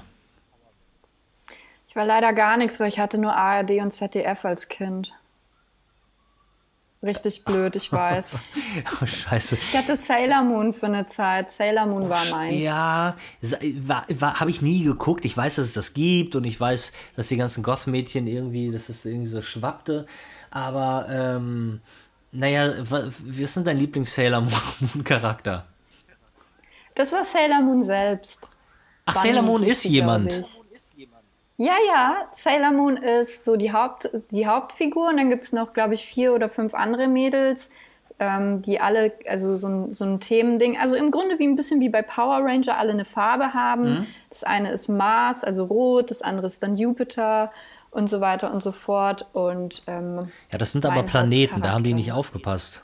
Ich war leider gar nichts, weil ich hatte nur A R D und Z D F als Kind. Richtig blöd, ich weiß. Oh, scheiße. Ich hatte Sailor Moon für eine Zeit. Sailor Moon war meins. Ja, war, war, habe ich nie geguckt. Ich weiß, dass es das gibt und ich weiß, dass die ganzen Goth-Mädchen irgendwie, dass es irgendwie so schwappte. Aber, ähm, naja, wie ist denn dein Lieblings-Sailor Moon-Charakter? Das war Sailor Moon selbst. Ach, Bunny Sailor Moon ist jemand? Ja, ja, Sailor Moon ist so die, Haupt, die Hauptfigur und dann gibt es noch, glaube ich, vier oder fünf andere Mädels, ähm, die alle, also so ein, so ein Themending, also im Grunde wie ein bisschen wie bei Power Ranger, alle eine Farbe haben. Mhm. Das eine ist Mars, also rot, das andere ist dann Jupiter und so weiter und so fort. Und, ähm, ja, das sind aber Planeten, da haben die nicht aufgepasst.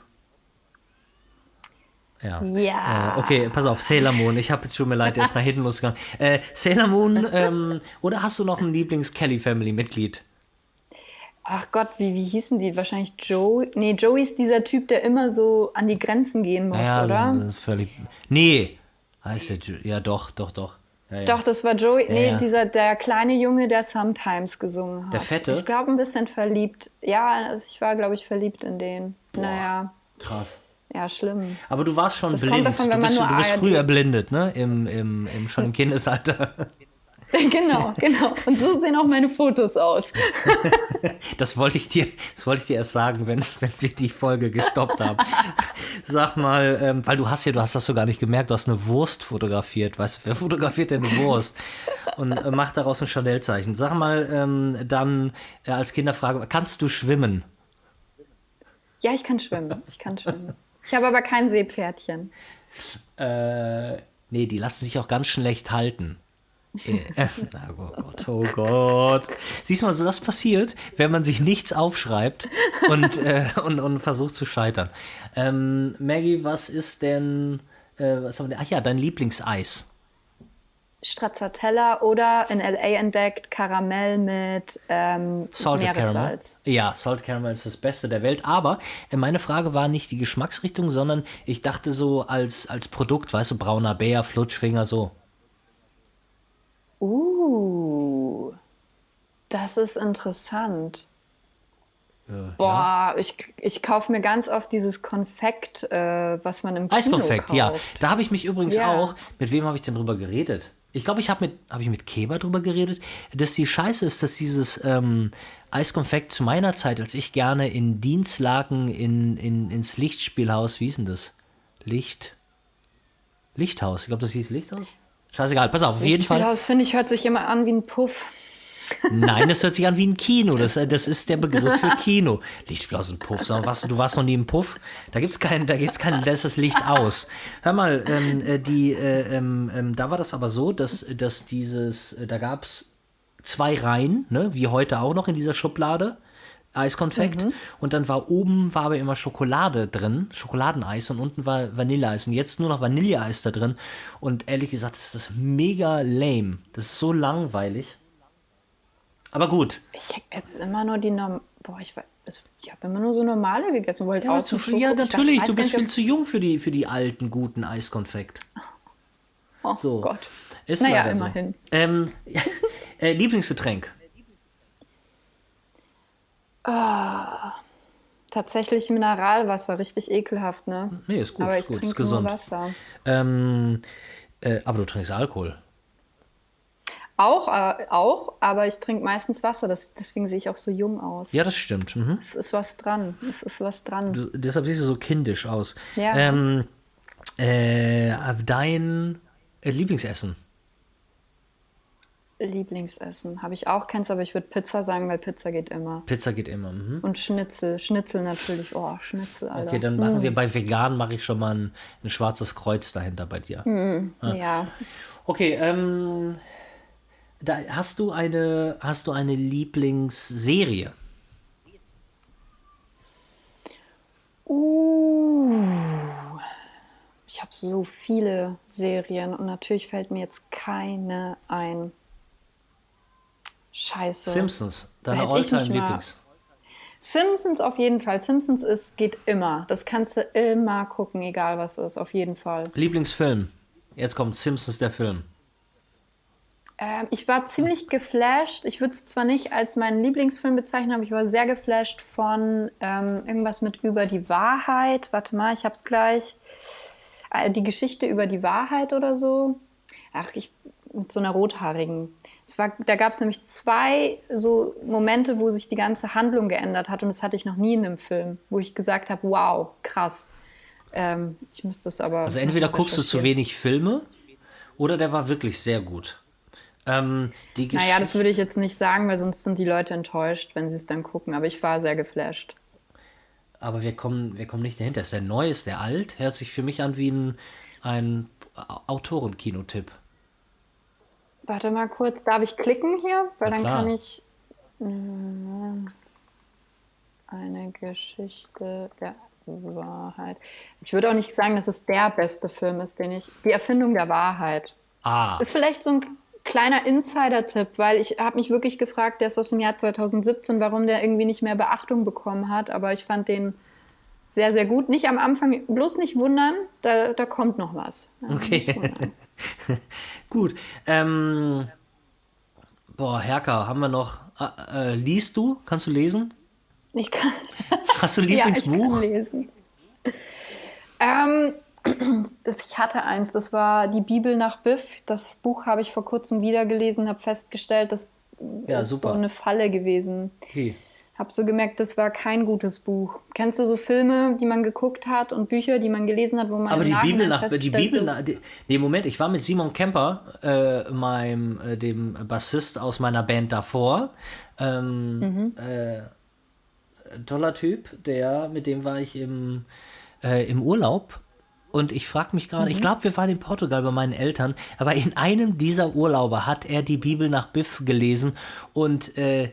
Ja. ja. Äh, okay, pass auf, Sailor Moon. Ich habe, tut mir leid, der ist nach hinten losgegangen. Äh, Sailor Moon, ähm, oder hast du noch ein Lieblings-Kelly-Family-Mitglied? Ach Gott, wie, wie hießen die? Wahrscheinlich Joey. Nee, Joey ist dieser Typ, der immer so an die Grenzen gehen muss, ja, oder? Also, völlig, nee, heißt der, ja doch, doch, doch. Ja, ja. Doch, das war Joey. Nee, ja, ja. dieser, der kleine Junge, der Sometimes gesungen hat. Der Fette? Ich glaube, ein bisschen verliebt. Ja, ich war, glaube ich, verliebt in den. Boah. Naja. Krass. Ja, schlimm. Aber du warst schon Das blind. kommt davon, wenn du bist, man nur du bist A R D früh erblindet, ne? Im, im, im, schon im Kindesalter. Genau, genau. Und so sehen auch meine Fotos aus. Das wollte ich dir, das wollte ich dir erst sagen, wenn, wenn wir die Folge gestoppt haben. Sag mal, ähm, weil du hast ja, du hast das so gar nicht gemerkt, du hast eine Wurst fotografiert. Weißt du, wer fotografiert denn eine Wurst? Und äh, macht daraus ein Chanel-Zeichen. Sag mal, ähm, dann äh, als Kinderfrage, kannst du schwimmen? Ja, ich kann schwimmen. Ich kann schwimmen. Ich habe aber kein Seepferdchen. Äh, nee, die lassen sich auch ganz schlecht halten. Äh, oh Gott, oh Gott. Siehst du mal, so das passiert, wenn man sich nichts aufschreibt und, äh, und, und versucht zu scheitern. Ähm, Maggie, was ist denn, äh, was haben wir denn? Ach ja, dein Lieblingseis. Stracciatella oder in L A entdeckt Karamell mit ähm, Salted Caramel. Meeressalz. Ja, Salted Caramel ist das Beste der Welt. Aber äh, meine Frage war nicht die Geschmacksrichtung, sondern ich dachte so als, als Produkt, weißt du, brauner Bär, Flutschfinger, so. Uh, das ist interessant. Äh, Boah, ja. ich, ich kaufe mir ganz oft dieses Konfekt, äh, was man im Kino Eiskonfekt, kauft. ja. Da habe ich mich übrigens Ja. auch, mit wem habe ich denn drüber geredet? Ich glaube, ich habe mit, habe ich mit Keber drüber geredet, dass die Scheiße ist, dass dieses ähm, Eiskonfekt zu meiner Zeit, als ich gerne in Dienstlaken in, in, ins Lichtspielhaus, wie hieß denn das? Licht, Lichthaus, ich glaube, das hieß Lichthaus? Scheißegal, pass auf, auf jeden Fall. Lichtspielhaus, finde ich, hört sich immer an wie ein Puff. Nein, das hört sich an wie ein Kino. Das, das ist der Begriff für Kino. Lichtspielhaus und Puff. Sondern was, du warst noch nie im Puff? Da gibt's keinen, da gibt's keinen, da ist das Licht aus. Hör mal, ähm, äh, die, äh, ähm, ähm, da war das aber so, dass, dass dieses, äh, da gab's zwei Reihen, ne, wie heute auch noch in dieser Schublade. Eiskonfekt. Mhm. Und dann war oben, war aber immer Schokolade drin, Schokoladeneis und unten war Vanilleeis. Und jetzt nur noch Vanilleeis da drin. Und ehrlich gesagt, das ist mega lame. Das ist so langweilig. Aber gut. Ich esse immer nur die Norm Boah, ich, ich habe immer nur so normale gegessen. Wollte Ja, auch zu, Schoko. ja, natürlich. Ich Du bist nicht, viel zu jung für die, für die alten, guten Eiskonfekt. Oh so. Gott. Ist naja, leider immerhin. So. Ähm, äh, Lieblingsgetränk? Ah, tatsächlich Mineralwasser, richtig ekelhaft, ne? Nee, ist gut. Aber ich ist gut, trinke ist gesund. nur Wasser. Ähm, äh, aber du trinkst Alkohol. Auch, äh, auch, aber ich trinke meistens Wasser, das, deswegen sehe ich auch so jung aus. Ja, das stimmt. Mhm. Es ist was dran, es ist was dran. Du, deshalb siehst du so kindisch aus. Ja. Ähm, äh, dein äh, Lieblingsessen? Lieblingsessen habe ich auch keins, aber ich würde Pizza sagen, weil Pizza geht immer. Pizza geht immer. Mhm. Und Schnitzel, Schnitzel natürlich. Oh, Schnitzel, Alter. Okay, dann machen mm. wir bei vegan, mache ich schon mal ein, ein schwarzes Kreuz dahinter bei dir. Mm, ja. ja. Okay, ähm, da hast du eine, hast du eine Lieblingsserie? Uh, ich habe so viele Serien und natürlich fällt mir jetzt keine ein. Scheiße. Simpsons, deine Da hätte ich mich mal- Alltime-Lieblings. Simpsons auf jeden Fall. Simpsons ist, geht immer. Das kannst du immer gucken, egal was ist, auf jeden Fall. Lieblingsfilm? Jetzt kommt Simpsons, der Film. Ähm, ich war ziemlich geflasht. Ich würde es zwar nicht als meinen Lieblingsfilm bezeichnen, aber ich war sehr geflasht von ähm, irgendwas mit über die Wahrheit. Warte mal, ich hab's gleich. Äh, die Geschichte über die Wahrheit oder so. Ach, ich mit so einer rothaarigen. Es war, da gab es nämlich zwei so Momente, wo sich die ganze Handlung geändert hat und das hatte ich noch nie in einem Film, wo ich gesagt habe, wow, krass. Ähm, ich müsste es aber. Also entweder guckst du zu recherchieren. wenig Filme oder der war wirklich sehr gut. Ähm, die Naja, das Geschichte- würde ich jetzt nicht sagen, weil sonst sind die Leute enttäuscht, wenn sie es dann gucken. Aber ich war sehr geflasht. Aber wir kommen, wir kommen nicht dahinter. Ist der neu, ist der alt? Hört sich für mich an wie ein, ein Autorenkinotipp. Warte mal kurz, darf ich klicken hier? Weil Na dann klar. kann ich äh, eine Geschichte der Wahrheit. Ich würde auch nicht sagen, dass es der beste Film ist, den ich. Die Erfindung der Wahrheit. Ah, Ist vielleicht so ein kleiner Insider-Tipp, weil ich habe mich wirklich gefragt, der ist aus dem Jahr zweitausendsiebzehn, warum der irgendwie nicht mehr Beachtung bekommen hat. Aber ich fand den sehr, sehr gut. Nicht am Anfang, bloß nicht wundern, da, da kommt noch was. Ja, nicht okay. wundern. Gut. Ähm, boah, Herka, haben wir noch. Äh, äh, liest du? Kannst du lesen? Ich kann, Hast du ein ja, ich Lieblingsbuch? kann lesen. Ähm, das, ich hatte eins, das war die Bibel nach Biff. Das Buch habe ich vor kurzem wieder gelesen, habe festgestellt, das Ja, ist super. so eine Falle gewesen. Wie? Habe so gemerkt, das war kein gutes Buch. Kennst du so Filme, die man geguckt hat und Bücher, die man gelesen hat, wo man Aber im die Nachhinein Bibel nach die feststellt, Bibel so, nach, die, nee, Moment, ich war mit Simon Kemper, äh, meinem äh, dem Bassist aus meiner Band davor. Ähm, Mhm. äh, toller Typ, der mit dem war ich im äh, im Urlaub. Und ich frage mich gerade, Mhm. ich glaube, wir waren in Portugal bei meinen Eltern, aber in einem dieser Urlaube hat er die Bibel nach Biff gelesen und äh,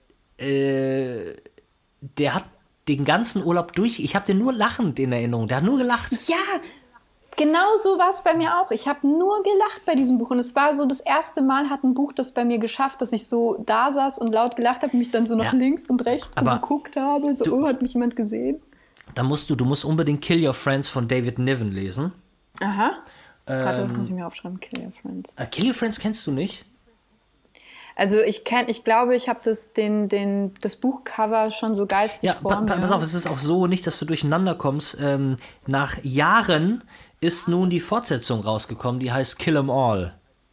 äh, der hat den ganzen Urlaub durch, ich habe den nur lachend in Erinnerung, der hat nur gelacht. Ja, genau so war es bei mir auch. Ich habe nur gelacht bei diesem Buch. Und es war so, das erste Mal hat ein Buch das bei mir geschafft, dass ich so da saß und laut gelacht habe, mich dann so nach Ja. links und rechts so Aber geguckt habe. So, du- oh, hat mich jemand gesehen? Da musst du, du musst unbedingt Kill Your Friends von David Niven lesen. Aha. Warte, Ähm, das muss ich mir aufschreiben. Kill Your Friends. Äh, Kill Your Friends kennst du nicht? Also ich kenn, ich glaube, ich habe das, den, den, das Buchcover schon so geistig Ja, vor pa mir. pa pass auf, es ist auch so, nicht, dass du durcheinander kommst. Ähm, nach Jahren ist nun die Fortsetzung rausgekommen, die heißt Kill 'Em All.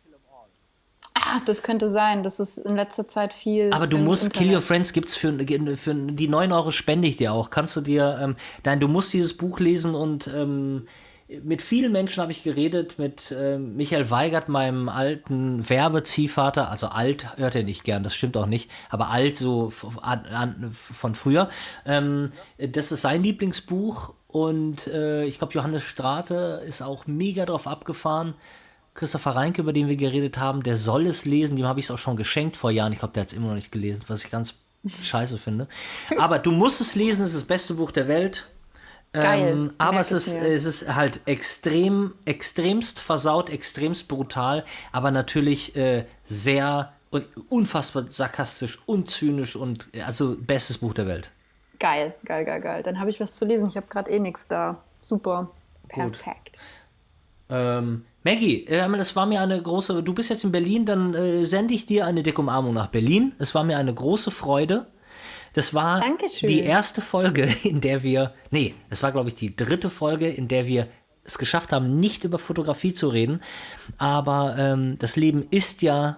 Ah, das könnte sein. Das ist in letzter Zeit viel. Aber du im musst, Kill Internet. Your Friends gibt's für, für die neun Euro spende ich dir auch. Kannst du dir, ähm, nein, du musst dieses Buch lesen und ähm, mit vielen Menschen habe ich geredet, mit ähm, Michael Weigert, meinem alten Werbeziehvater, also alt hört er nicht gern, das stimmt auch nicht, aber alt so f- an, an, von früher. Ähm, das ist sein Lieblingsbuch und äh, ich glaube, Johannes Strate ist auch mega drauf abgefahren. Christopher Reinke, über den wir geredet haben, der soll es lesen, dem habe ich es auch schon geschenkt vor Jahren. Ich glaube, der hat es immer noch nicht gelesen, was ich ganz scheiße finde. Aber du musst es lesen, es ist das beste Buch der Welt. Geil, Ähm, aber merk es es ist, mir. es ist halt extrem, extremst versaut, extremst brutal, aber natürlich äh, sehr und unfassbar sarkastisch und zynisch und äh, also bestes Buch der Welt. Geil, geil, geil, geil. Dann habe ich was zu lesen. Ich habe gerade eh nichts da. Super. Perfekt. Ähm, Maggie, äh, das war mir eine große, du bist jetzt in Berlin, dann äh, sende ich dir eine dicke Umarmung nach Berlin. Es war mir eine große Freude. Das war Dankeschön. die erste Folge, in der wir, nee, das war glaube ich die dritte Folge, in der wir es geschafft haben, nicht über Fotografie zu reden. Aber ähm, das Leben ist ja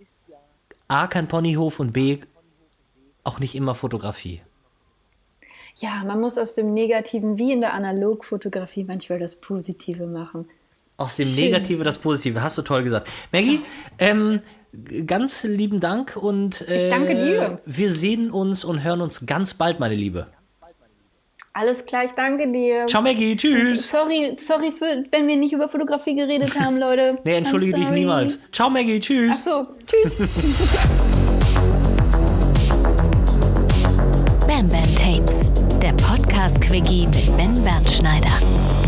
A, kein Ponyhof und B, auch nicht immer Fotografie. Ja, man muss aus dem Negativen, wie in der Analogfotografie, manchmal das Positive machen. Aus dem Schön. Negative das Positive, hast du toll gesagt. Maggie, ähm, ganz lieben Dank und äh, Ich danke dir. wir sehen uns und hören uns ganz bald, meine Liebe. Alles klar, ich danke dir. Ciao Maggie, tschüss. Sorry, sorry, für, wenn wir nicht über Fotografie geredet haben, Leute. Nee, entschuldige I'm dich sorry. niemals. Ciao Maggie, tschüss. Ach so, tschüss. Bam Bam Tapes, der Podcast-Quickie mit Ben Bernschneider.